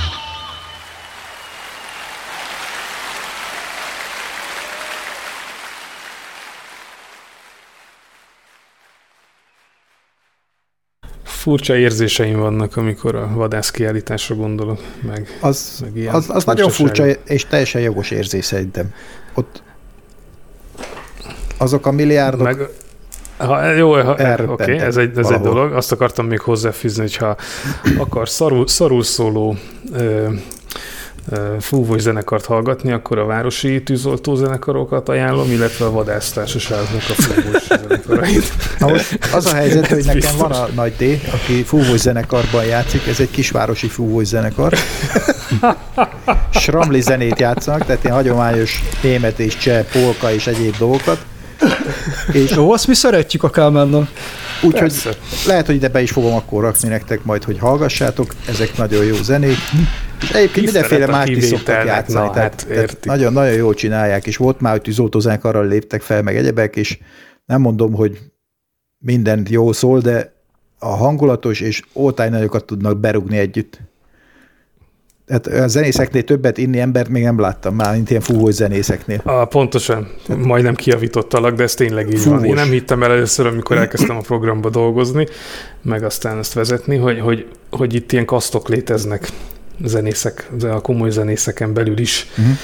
S3: Furcsa érzéseim vannak, amikor a vadászkiállításra gondolok, meg,
S2: Az,
S3: meg ilyen
S2: az, az nagyon furcsa
S3: furcsaságok.
S2: és teljesen jogos érzés szerintem. Ott azok a milliárdok...
S3: Meg, ha, jó, ha, oké,
S2: elröppentek
S3: okay, ez, egy, ez egy
S2: valahol.
S3: dolog. Azt akartam még hozzáfűzni, hogyha akar szarul, szarul szóló ö, ö, fúvós zenekart hallgatni, akkor a városi tűzoltó zenekarokat ajánlom, illetve a vadásztársaságnak a fúvós zenekarait.
S2: Na most az a helyzet, hogy
S3: Ez
S2: nekem
S3: biztos.
S2: van a Nagy D, aki fúvós zenekarban játszik, ez egy kisvárosi fúvós zenekar. Sramli zenét játszanak, tehát ilyen hagyományos német és cseh, polka és egyéb dolgokat. És
S1: Jó, azt mi szeretjük a Kálmánnak.
S2: úgyhogy
S3: Persze.
S2: lehet, hogy ide be is fogom akkor rakni nektek majd, hogy hallgassátok, ezek nagyon jó zenék. És egyébként
S3: Tisztelet
S2: mindenféle
S3: a
S2: mást is szoktak
S3: kivételnek,
S2: játszani,
S3: na,
S2: tehát,
S3: hát
S2: tehát
S3: értik.
S2: nagyon, nagyon jól csinálják, és volt már, hogy tűzoltózenekarral léptek fel, meg egyebek, és nem mondom, hogy minden jó szól, de a hangulatos és oltály nagyokat tudnak berúgni együtt. Tehát a zenészeknél többet inni embert még nem láttam már, mint ilyen fúvós zenészeknél.
S3: A, pontosan, majdnem kijavítottalak, de ez tényleg így
S2: Fúvós.
S3: van. Én nem hittem el először, amikor elkezdtem a programba dolgozni, meg aztán ezt vezetni, hogy, hogy, hogy itt ilyen kasztok léteznek zenészek, a komoly zenészeken belül is, uh-huh.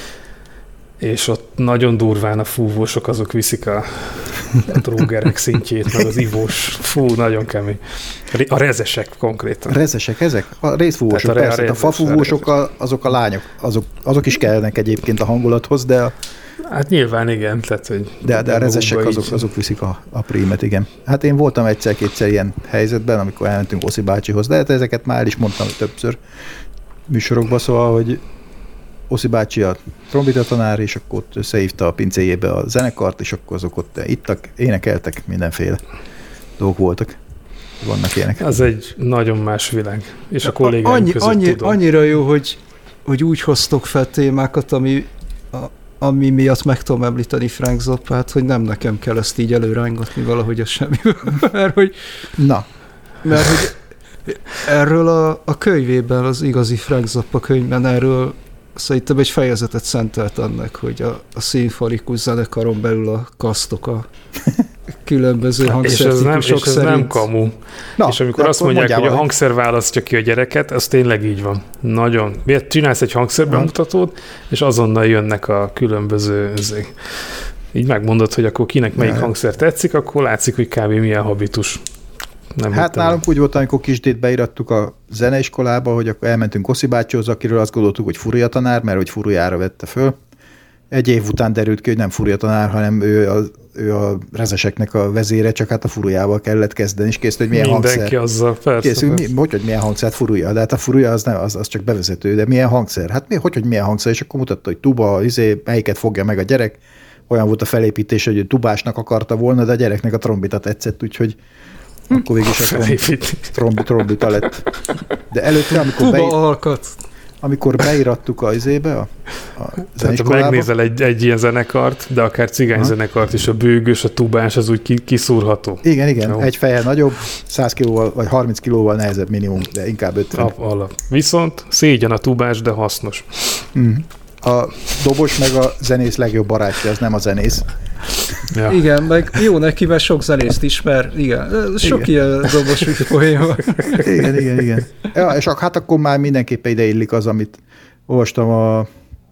S3: és ott nagyon durván a fúvósok azok viszik a, a trógerek szintjét, meg az ivós. Fú, nagyon kemény. A rezesek konkrétan.
S2: A rezesek ezek? A részfúvósok,
S3: Tehát a re-
S2: persze. A,
S3: a
S2: a fafúvósok a, azok a lányok, azok, azok is kellnek egyébként a hangulathoz, de a,
S3: Hát nyilván igen. Tehát, hogy
S2: de, de a rezesek
S3: magukba
S2: azok,
S3: így-
S2: azok viszik a, a prímet, igen. Hát én voltam egyszer-kétszer ilyen helyzetben, amikor elmentünk Oszi bácsihoz, de hát ezeket már el is mondtam többször műsorokban, szóval, hogy Oszi bácsi a trombita tanár, és akkor ott összehívta a pincéjébe a zenekart, és akkor azok ott ittak, énekeltek, mindenféle dolgok voltak. Vannak ilyenek.
S3: Az egy nagyon más világ. És a kollégáim
S1: Annyi,
S3: között
S1: annyi,
S3: tudom.
S1: annyira jó, hogy, hogy úgy hoztok fel témákat, ami, a, ami miatt meg tudom említeni Frank Zappát, hogy nem nekem kell ezt így előrángatni valahogy a semmiből, mert hogy,
S2: Na,
S1: mert hogy erről a, a könyvében, az igazi Frank Zappa könyvben erről szerintem egy fejezetet szentelt annak, hogy a, a szimfonikus zenekaron belül a kasztok a különböző
S3: És ez nem,
S1: hangszertípusok
S3: és ez
S1: szerint.
S3: nem kamu.
S2: Na,
S3: és amikor
S2: de
S3: azt
S2: akkor
S3: mondják, hogy a
S2: mondjál
S3: hangszer választja ki a gyereket, ez tényleg így van. Nagyon. Miért csinálsz egy hangszerbemutatót, és azonnal jönnek a különböző ezek. Így megmondod, hogy akkor kinek melyik
S2: Ja.
S3: hangszer tetszik, akkor látszik, hogy kb. Milyen habitus. Nem
S2: hát nálunk úgy volt, amikor kisdét beirattuk a zeneiskolába, hogy akkor elmentünk Koszi bácsihoz, akiről azt gondoltuk, hogy Furia tanár, mert hogy Furiára vette föl. Egy év után derült ki, hogy nem Furia tanár, hanem ő a, ő a rezeseknek a vezére, csak hát a Furiával kellett kezdeni, és kész, hogy milyen
S3: Mindenki
S2: hangszer.
S3: azzal, persze.
S2: Kész, hogy, hogy, hogy milyen hangszer Furia, de hát a Furia az, nem, az, az csak bevezető, de milyen hangszer? Hát mi, hogy, hogy milyen hangszer, és akkor mutatta, hogy tuba, izé, melyiket fogja meg a gyerek. Olyan volt a felépítés, hogy tubásnak akarta volna, de a gyereknek a trombita tetszett, úgyhogy akkor végig is a trombi, trombita lett. De előtte, amikor, beír, amikor beírattuk az izébe, a, a
S3: zeneiskolába. Ha megnézel egy, egy ilyen zenekart, de akár cigány zenekart is, a bőgős, a tubás, az úgy kiszúrható.
S2: Igen, igen, jó. Egy fejjel nagyobb, száz kilóval vagy harminc kilóval nehezebb minimum, de inkább ötven.
S3: Alap. Viszont szégyen a tubás, de hasznos.
S2: Mm. A dobos meg a zenész legjobb barátja, az nem a zenész.
S1: Ja. Igen, meg jó neki, mert sok zenészt ismer, igen. Sok igen. Ilyen dobos poéma.
S2: Igen, igen, igen. Ja, és hát akkor már mindenképpen ide illik az, amit olvastam a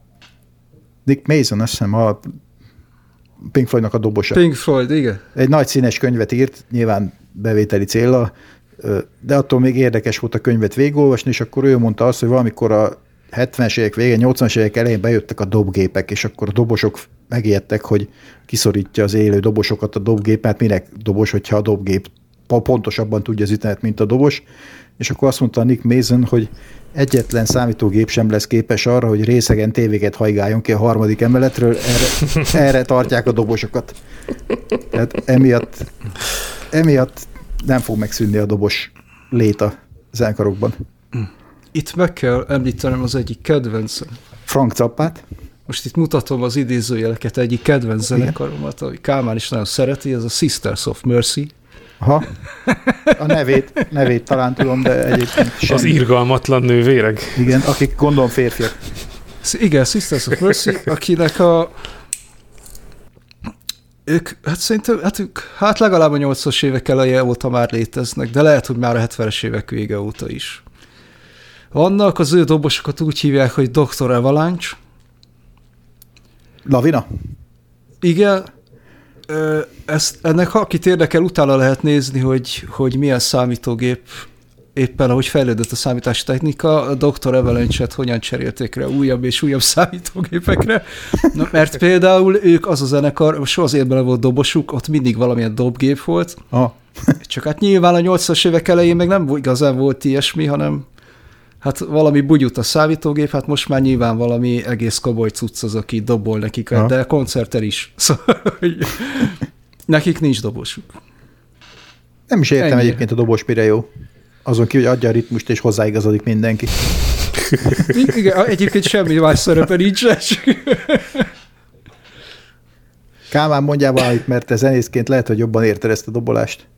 S2: Nick Mason, azt hiszem, a Pink Floydnak a dobosa.
S1: Pink Floyd, igen.
S2: Egy nagy színes könyvet írt, nyilván bevételi céllal, de attól még érdekes volt a könyvet végigolvasni, és akkor ő mondta azt, hogy valamikor a hetvenes évek végén, nyolcvanas évek elején bejöttek a dobgépek, és akkor a dobosok megijedtek, hogy kiszorítja az élő dobosokat a dobgép, mert minek dobos, hogyha a dobgép pontosabban tudja az ütenet, mint a dobos, és akkor azt mondta Nick Mason, hogy egyetlen számítógép sem lesz képes arra, hogy részegen tévéket hajgáljon ki a harmadik emeletről, erre, erre tartják a dobosokat. Tehát emiatt, emiatt nem fog megszűnni a dobos lét a zenekarokban.
S1: Itt meg kell említenem az egyik kedvencem.
S2: Frank Zappát.
S1: Most itt mutatom az idézőjeleket, egyik kedvenc zenekaromat, ami Kálmán is nagyon szereti, ez a Sisters of Mercy.
S2: Aha. A nevét, nevét talán tudom, de egyébként sem.
S3: Az irgalmatlan nővéreg.
S2: Igen, akik gondolom férfiak.
S1: Igen, Sisters of Mercy, akinek a ők, hát szerintem, hát ők, hát legalább a nyolcvanas évek eleje óta már léteznek, de lehet, hogy már a hetvenes évek vége óta is. Vannak az ő dobosokat úgy hívják, hogy doktor Avalanche.
S2: Lavina?
S1: Igen. Ezt, ennek, ha akit érdekel, utána lehet nézni, hogy, hogy milyen számítógép éppen, ahogy fejlődött a számítástechnika, a doktor Avalanche-et hogyan cserélték rá újabb és újabb számítógépekre. Na, mert például ők az a zenekar, soha az életben volt dobosuk, ott mindig valamilyen dobgép volt.
S2: Ah.
S1: Csak hát nyilván a nyolcvanas évek elején még nem igazán volt ilyesmi, hanem hát valami bugyut a számítógép, hát most már nyilván valami egész komoly cucc az, aki dobol nekik, ha. De koncerten is. Szóval, nekik nincs dobosuk.
S2: Nem is értem
S1: Ennyi.
S2: Egyébként a dobos mire jó. Azon ki, hogy adja a ritmust és hozzáigazodik mindenki.
S1: Igen, egyébként semmi más szerepe nincs.
S2: Kálmán, mondjál valamit, mert te zenészként lehet, hogy jobban érted ezt a dobolást.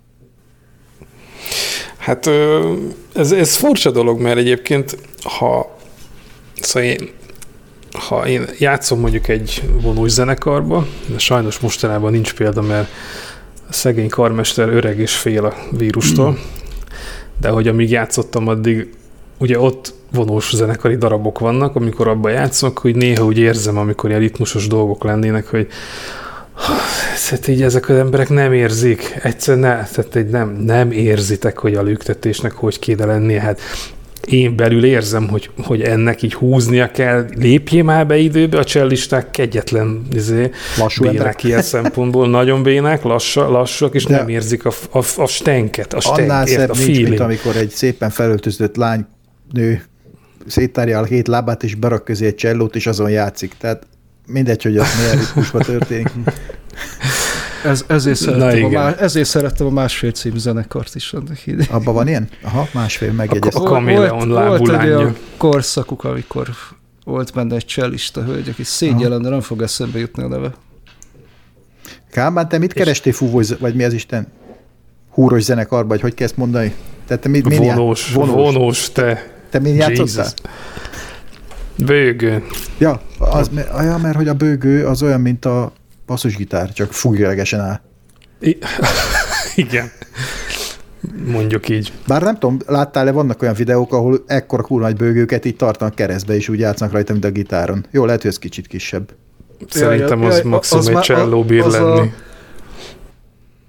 S3: Hát ez, ez furcsa dolog, mert egyébként, ha, szóval én, ha én játszom mondjuk egy vonós zenekarba, de sajnos mostanában nincs példa, mert a szegény karmester öreg és fél a vírustól, mm. de hogy amíg játszottam, addig ugye ott vonós zenekari darabok vannak, amikor abban játszok, hogy néha úgy érzem, amikor ilyen ritmusos dolgok lennének, hogy tehát így ezek az emberek nem érzik, egyszerűen ne, tehát így nem, nem érzitek, hogy a lüktetésnek hogy kéne lennie. Hát én belül érzem, hogy, hogy ennek így húznia kell, lépjél már be időbe, a cellisták kegyetlen izé, bénák ilyen szempontból, nagyon bénák, lassa, lassak, és de nem érzik a, a, a stenket, a stenk,
S2: annál szebb
S3: a
S2: nincs,
S3: feeling.
S2: mint amikor egy szépen felöltözött lány nő széttárja a két lábát, és berak közé egy csellót, és azon játszik. Tehát mindegy, hogy az milyen ritmusban történik.
S1: Ez, ezért, szerettem a más, ezért szerettem a Másfél című zenekart is.
S2: Abban van ilyen? Aha, Másfél megjegyeztem.
S3: A Kameleon lábú
S1: Volt egy
S3: lánya.
S1: olyan korszakuk, amikor volt benne egy csellista hölgy, aki szégyellem, de nem fog eszembe jutni a neve.
S2: Kálmán, te mit kerestél fúvós, vagy mi az Isten? Húros zenekarban, vagy hogy kell ezt mondani? Te, te mit,
S3: vonós, vonós, vonós, te.
S2: Te min játszottál?
S3: Bőgő.
S2: Ja, az, ja, mert hogy a bőgő az olyan, mint a basszusgitár, csak fújjölegesen áll.
S3: I- Igen. Mondjuk így.
S2: Bár nem tudom, láttál-e, vannak olyan videók, ahol ekkora kurva nagy bőgőket így tartanak keresztbe, és úgy játszanak rajta, mint a gitáron. Jó, lehet, hogy ez kicsit kisebb.
S3: Szerintem az
S1: ja, ja,
S3: maximum
S1: az
S3: egy cselló bír
S1: az
S3: lenni.
S1: A,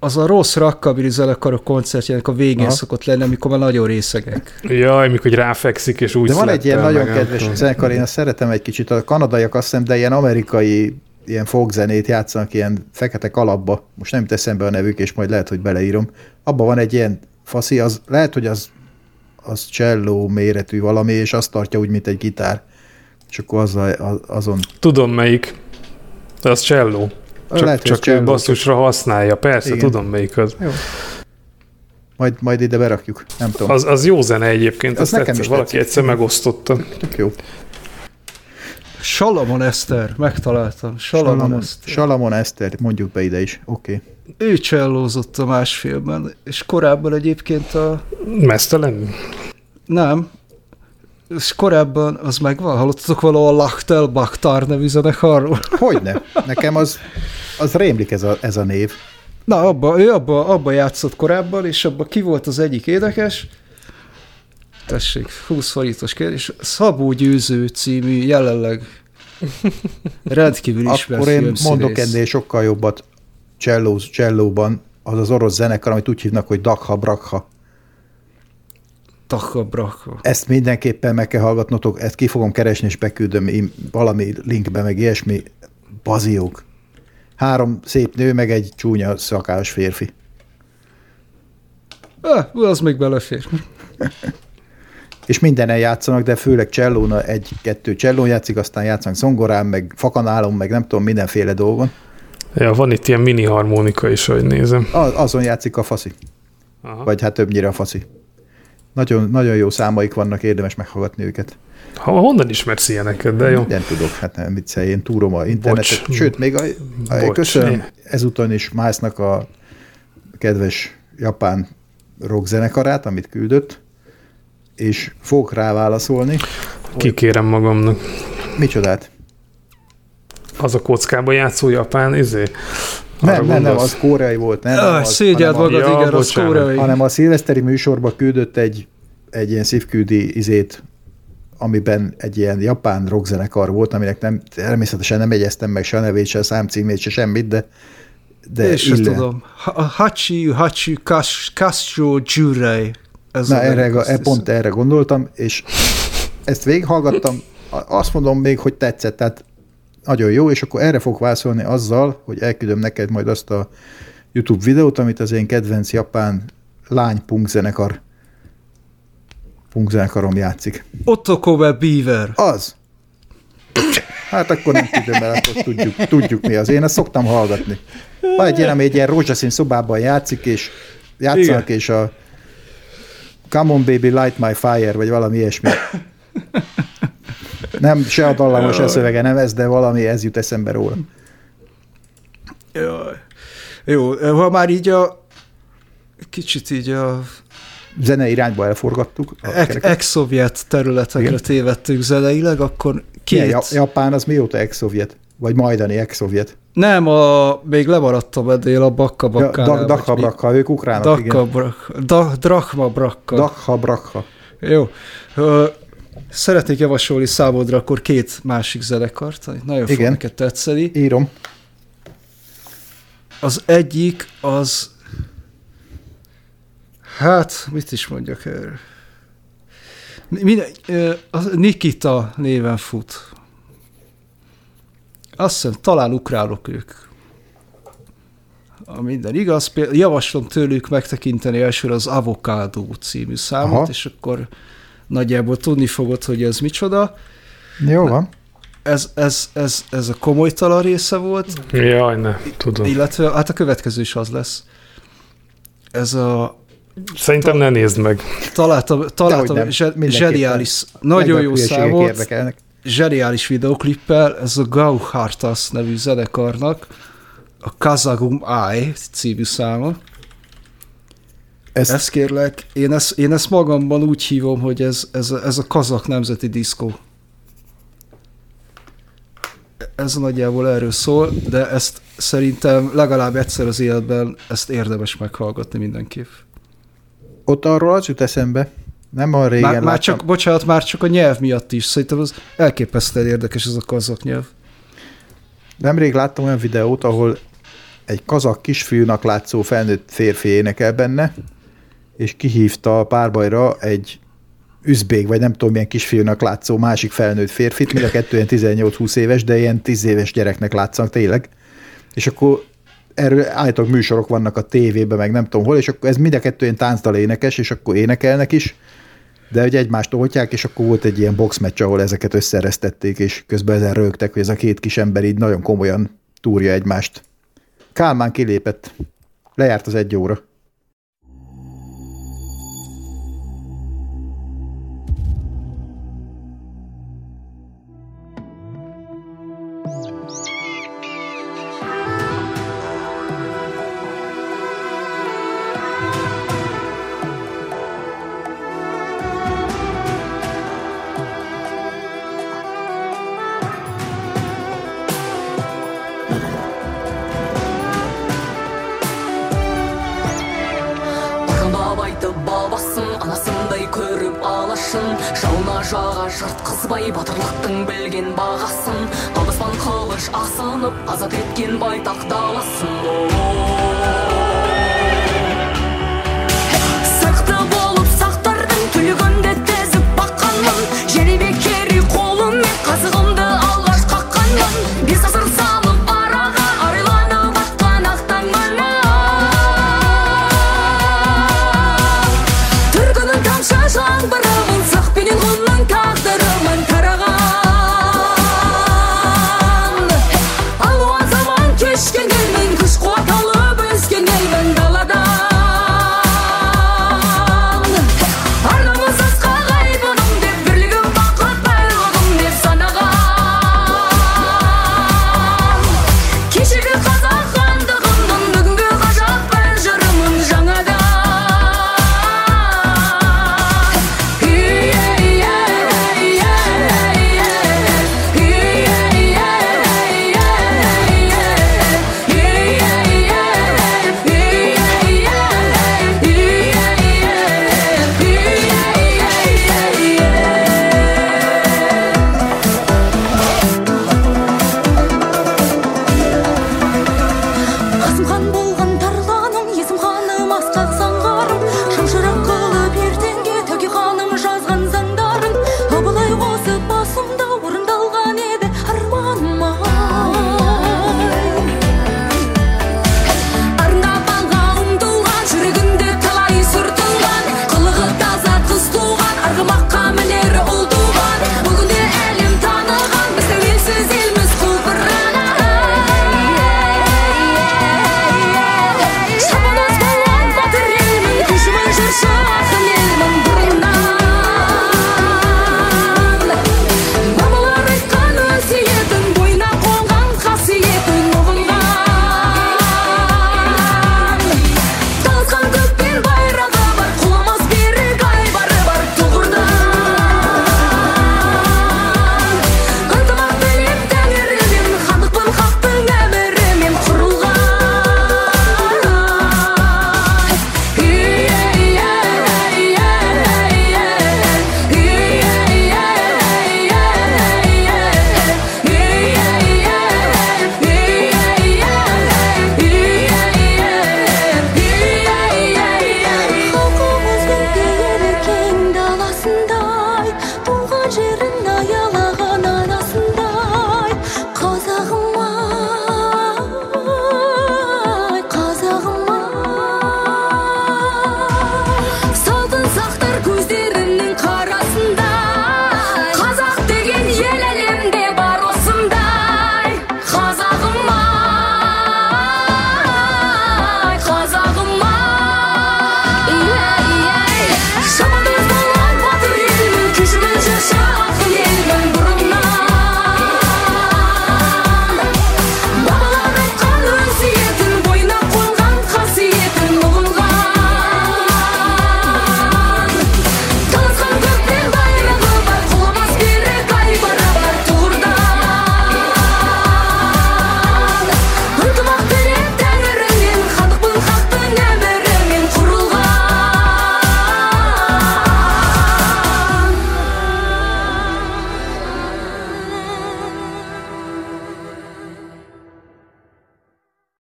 S1: az a rossz rockabilly zenekarok koncertjének a végén Aha. szokott lenni, amikor már nagyon részegek.
S3: Jaj, mikor ráfekszik, és úgy
S2: De van egy ilyen nagyon
S3: meg,
S2: kedves zenekar, én azt szeretem egy kicsit, a kanadaiak azt hiszem, de ilyen amerikai ilyen folkzenét játszanak, ilyen fekete kalapba. Most nem teszem be a nevük, és majd lehet, hogy beleírom. Abban van egy ilyen faszi, az lehet, hogy az, az cello méretű valami, és azt tartja úgy, mint egy gitár. És akkor az a, azon...
S3: Tudom melyik. Az cello. Csak, lehet, csak ő basszusra használja. Persze, igen. Tudom melyik az. Jó.
S2: Majd, majd ide berakjuk. Nem tudom.
S3: Az, az jó zene egyébként.
S2: Az nekem is
S3: valaki egyszer megosztotta.
S2: Tök jó.
S1: Salamon Eszter, megtaláltam. Salamon, Salamon Eszter.
S2: Salamon Eszter, mondjuk be ide is. Oké. Okay.
S1: Ő csellózott a másfélben, és korábban egyébként a...
S3: Mesztelen?
S1: Nem. És korábban az megvan? Hallottatok valahol Lachtel Bakhtar nevű zenekarról?
S2: Hogyne. Nekem az, az rémlik ez a, ez a név.
S1: Na, abba, ő abba, abba játszott korábban, és abba ki volt az egyik énekes? Tessék, húsz forintos kérdés. Szabó Győző című jelenleg rendkívül ismert
S2: Akkor én mondok ennél sokkal jobbat csellóban, az az orosz zenekar, amit úgy hívnak, hogy Dakha Brakha.
S1: Dakha Brakha.
S2: Ezt mindenképpen meg kell hallgatnotok, ezt ki fogom keresni, és beküldöm valami linkbe, meg ilyesmi. Baziók. Három szép nő, meg egy csúnya szakállas férfi.
S1: Ah, az még belefér.
S2: És mindenen játszanak, de főleg csellóna egy-kettő csellón játszik, aztán játszanak zongorán, meg fakanálon, meg nem tudom, mindenféle dolgon.
S3: Ja, van itt ilyen mini harmonika is, ahogy nézem.
S2: Az, azon játszik a faszi. Aha. Vagy hát többnyire a faszi. Nagyon, nagyon jó számaik vannak, érdemes meghallgatni őket.
S3: Ha, honnan ismersz ilyeneket, de jó.
S2: Nem tudok, hát nem viccelj, én túrom a internetet. Bocs. Sőt, még a, a, köszönöm ezúton is Másznak a kedves japán rockzenekarát, amit küldött, és fogok rá válaszolni.
S3: Kikérem magamnak.
S2: Micsodát?
S3: Az a kockába játszó japán, izé?
S2: Nem, nem, nem, az koreai volt. Nem,
S1: ah, szégyeld magad,
S2: a,
S1: igen, az koreai.
S2: Hanem a szilveszteri műsorba küldött egy, egy ilyen szívküldi izét, amiben egy ilyen japán rockzenekar volt, aminek nem, természetesen nem jegyeztem meg se a nevét, se a számcímét, se semmit, de de
S1: és ezt tudom. Hachi, Hachi, Castro, Jurei.
S2: Na, erre, e, pont erre gondoltam, és ezt végighallgattam, azt mondom még, hogy tetszett, tehát nagyon jó, és akkor erre fog válaszolni azzal, hogy elküldöm neked majd azt a YouTube videót, amit az én kedvenc japán lány punkzenekar punkzenekarom játszik.
S1: Ottokobe Beaver.
S2: Az. Hát akkor nem tudom, mert akkor tudjuk, tudjuk mi az. Én ezt szoktam hallgatni. Van egy ilyen, ami egy ilyen rózsaszín szobában játszik, és játszanak, igen. És a Come on baby, light my fire, vagy valami ilyesmi. Nem, se a dallamos, se szövege nem ez, de valami ez jut eszembe róla.
S1: Jaj. Jó, ha már így a kicsit így a
S2: zene irányba elforgattuk.
S1: Ex-szovjet területekre igen. Tévedtünk zeneileg, akkor két...
S2: Milyen, Japán az mióta ex-szovjet? Vagy majdani ex-szovjet?
S1: Nem, a, még lemaradtam eddig a Bakka-Bakkánál.
S2: Ja, Dakha-Brakha, ők ukránok,
S1: Dakha igen. Da, Drachma-Brakha.
S2: Dakha-Brakha.
S1: Jó. Szeretnék javasolni számodra akkor két másik zenekart, amit nagyon fog neked tetszeni.
S2: Írom.
S1: Az egyik az hát, mit is mondjak erről? Minden, az Nikita néven fut. Azt hiszem, talán ukránok ők. A minden igaz. Javaslom tőlük megtekinteni elsőre az Avocado című számot, aha. És akkor nagyjából tudni fogod, hogy ez micsoda.
S2: Jó van.
S1: Ez, ez, ez, ez a komolytalan része volt.
S3: Jaj, ne, tudom.
S1: Illetve, hát a következő is az lesz. Ez a...
S3: Szerintem ne nézd meg.
S1: Találtam, találtam zseniális, nagyon jó számot, zseniális videoklippel, ez a Gauhartas nevű zenekarnak a Kazagum Ai című száma. Ezt, ezt kérlek, én ezt, én ezt magamban úgy hívom, hogy ez, ez, ez a kazak nemzeti diszkó. Ez nagyjából erről szól, de ezt szerintem legalább egyszer az életben ezt érdemes meghallgatni mindenképp.
S2: Ott arról az jut eszembe, nem a régen
S1: már, már csak, bocsánat, már csak a nyelv miatt is. Szerintem az elképesztően érdekes ez a kazak nyelv.
S2: Nemrég láttam olyan videót, ahol egy kazak kisfiúnak látszó felnőtt férfi énekel benne, és kihívta a párbajra egy üzbék, vagy nem tudom milyen kisfiúnak látszó másik felnőtt férfit, mind a kettő ilyen tizennyolc-húsz éves, de ilyen tíz éves gyereknek látszanak tényleg. És akkor erről állítólag műsorok vannak a tévében, meg nem tudom hol, és akkor ez mind a kettő ilyen táncdal énekes, és akkor énekelnek is, de hogy egymást oltják, és akkor volt egy ilyen boxmeccs, ahol ezeket összeresztették, és közben ezen rögtek, hogy ez a két kis ember így nagyon komolyan túrja egymást. Kálmán kilépett. Lejárt az egy óra.
S5: Жыртқызбай батырлықтың білген бағасын, табыспан қылыш асынып азат еткен байтақ даласын.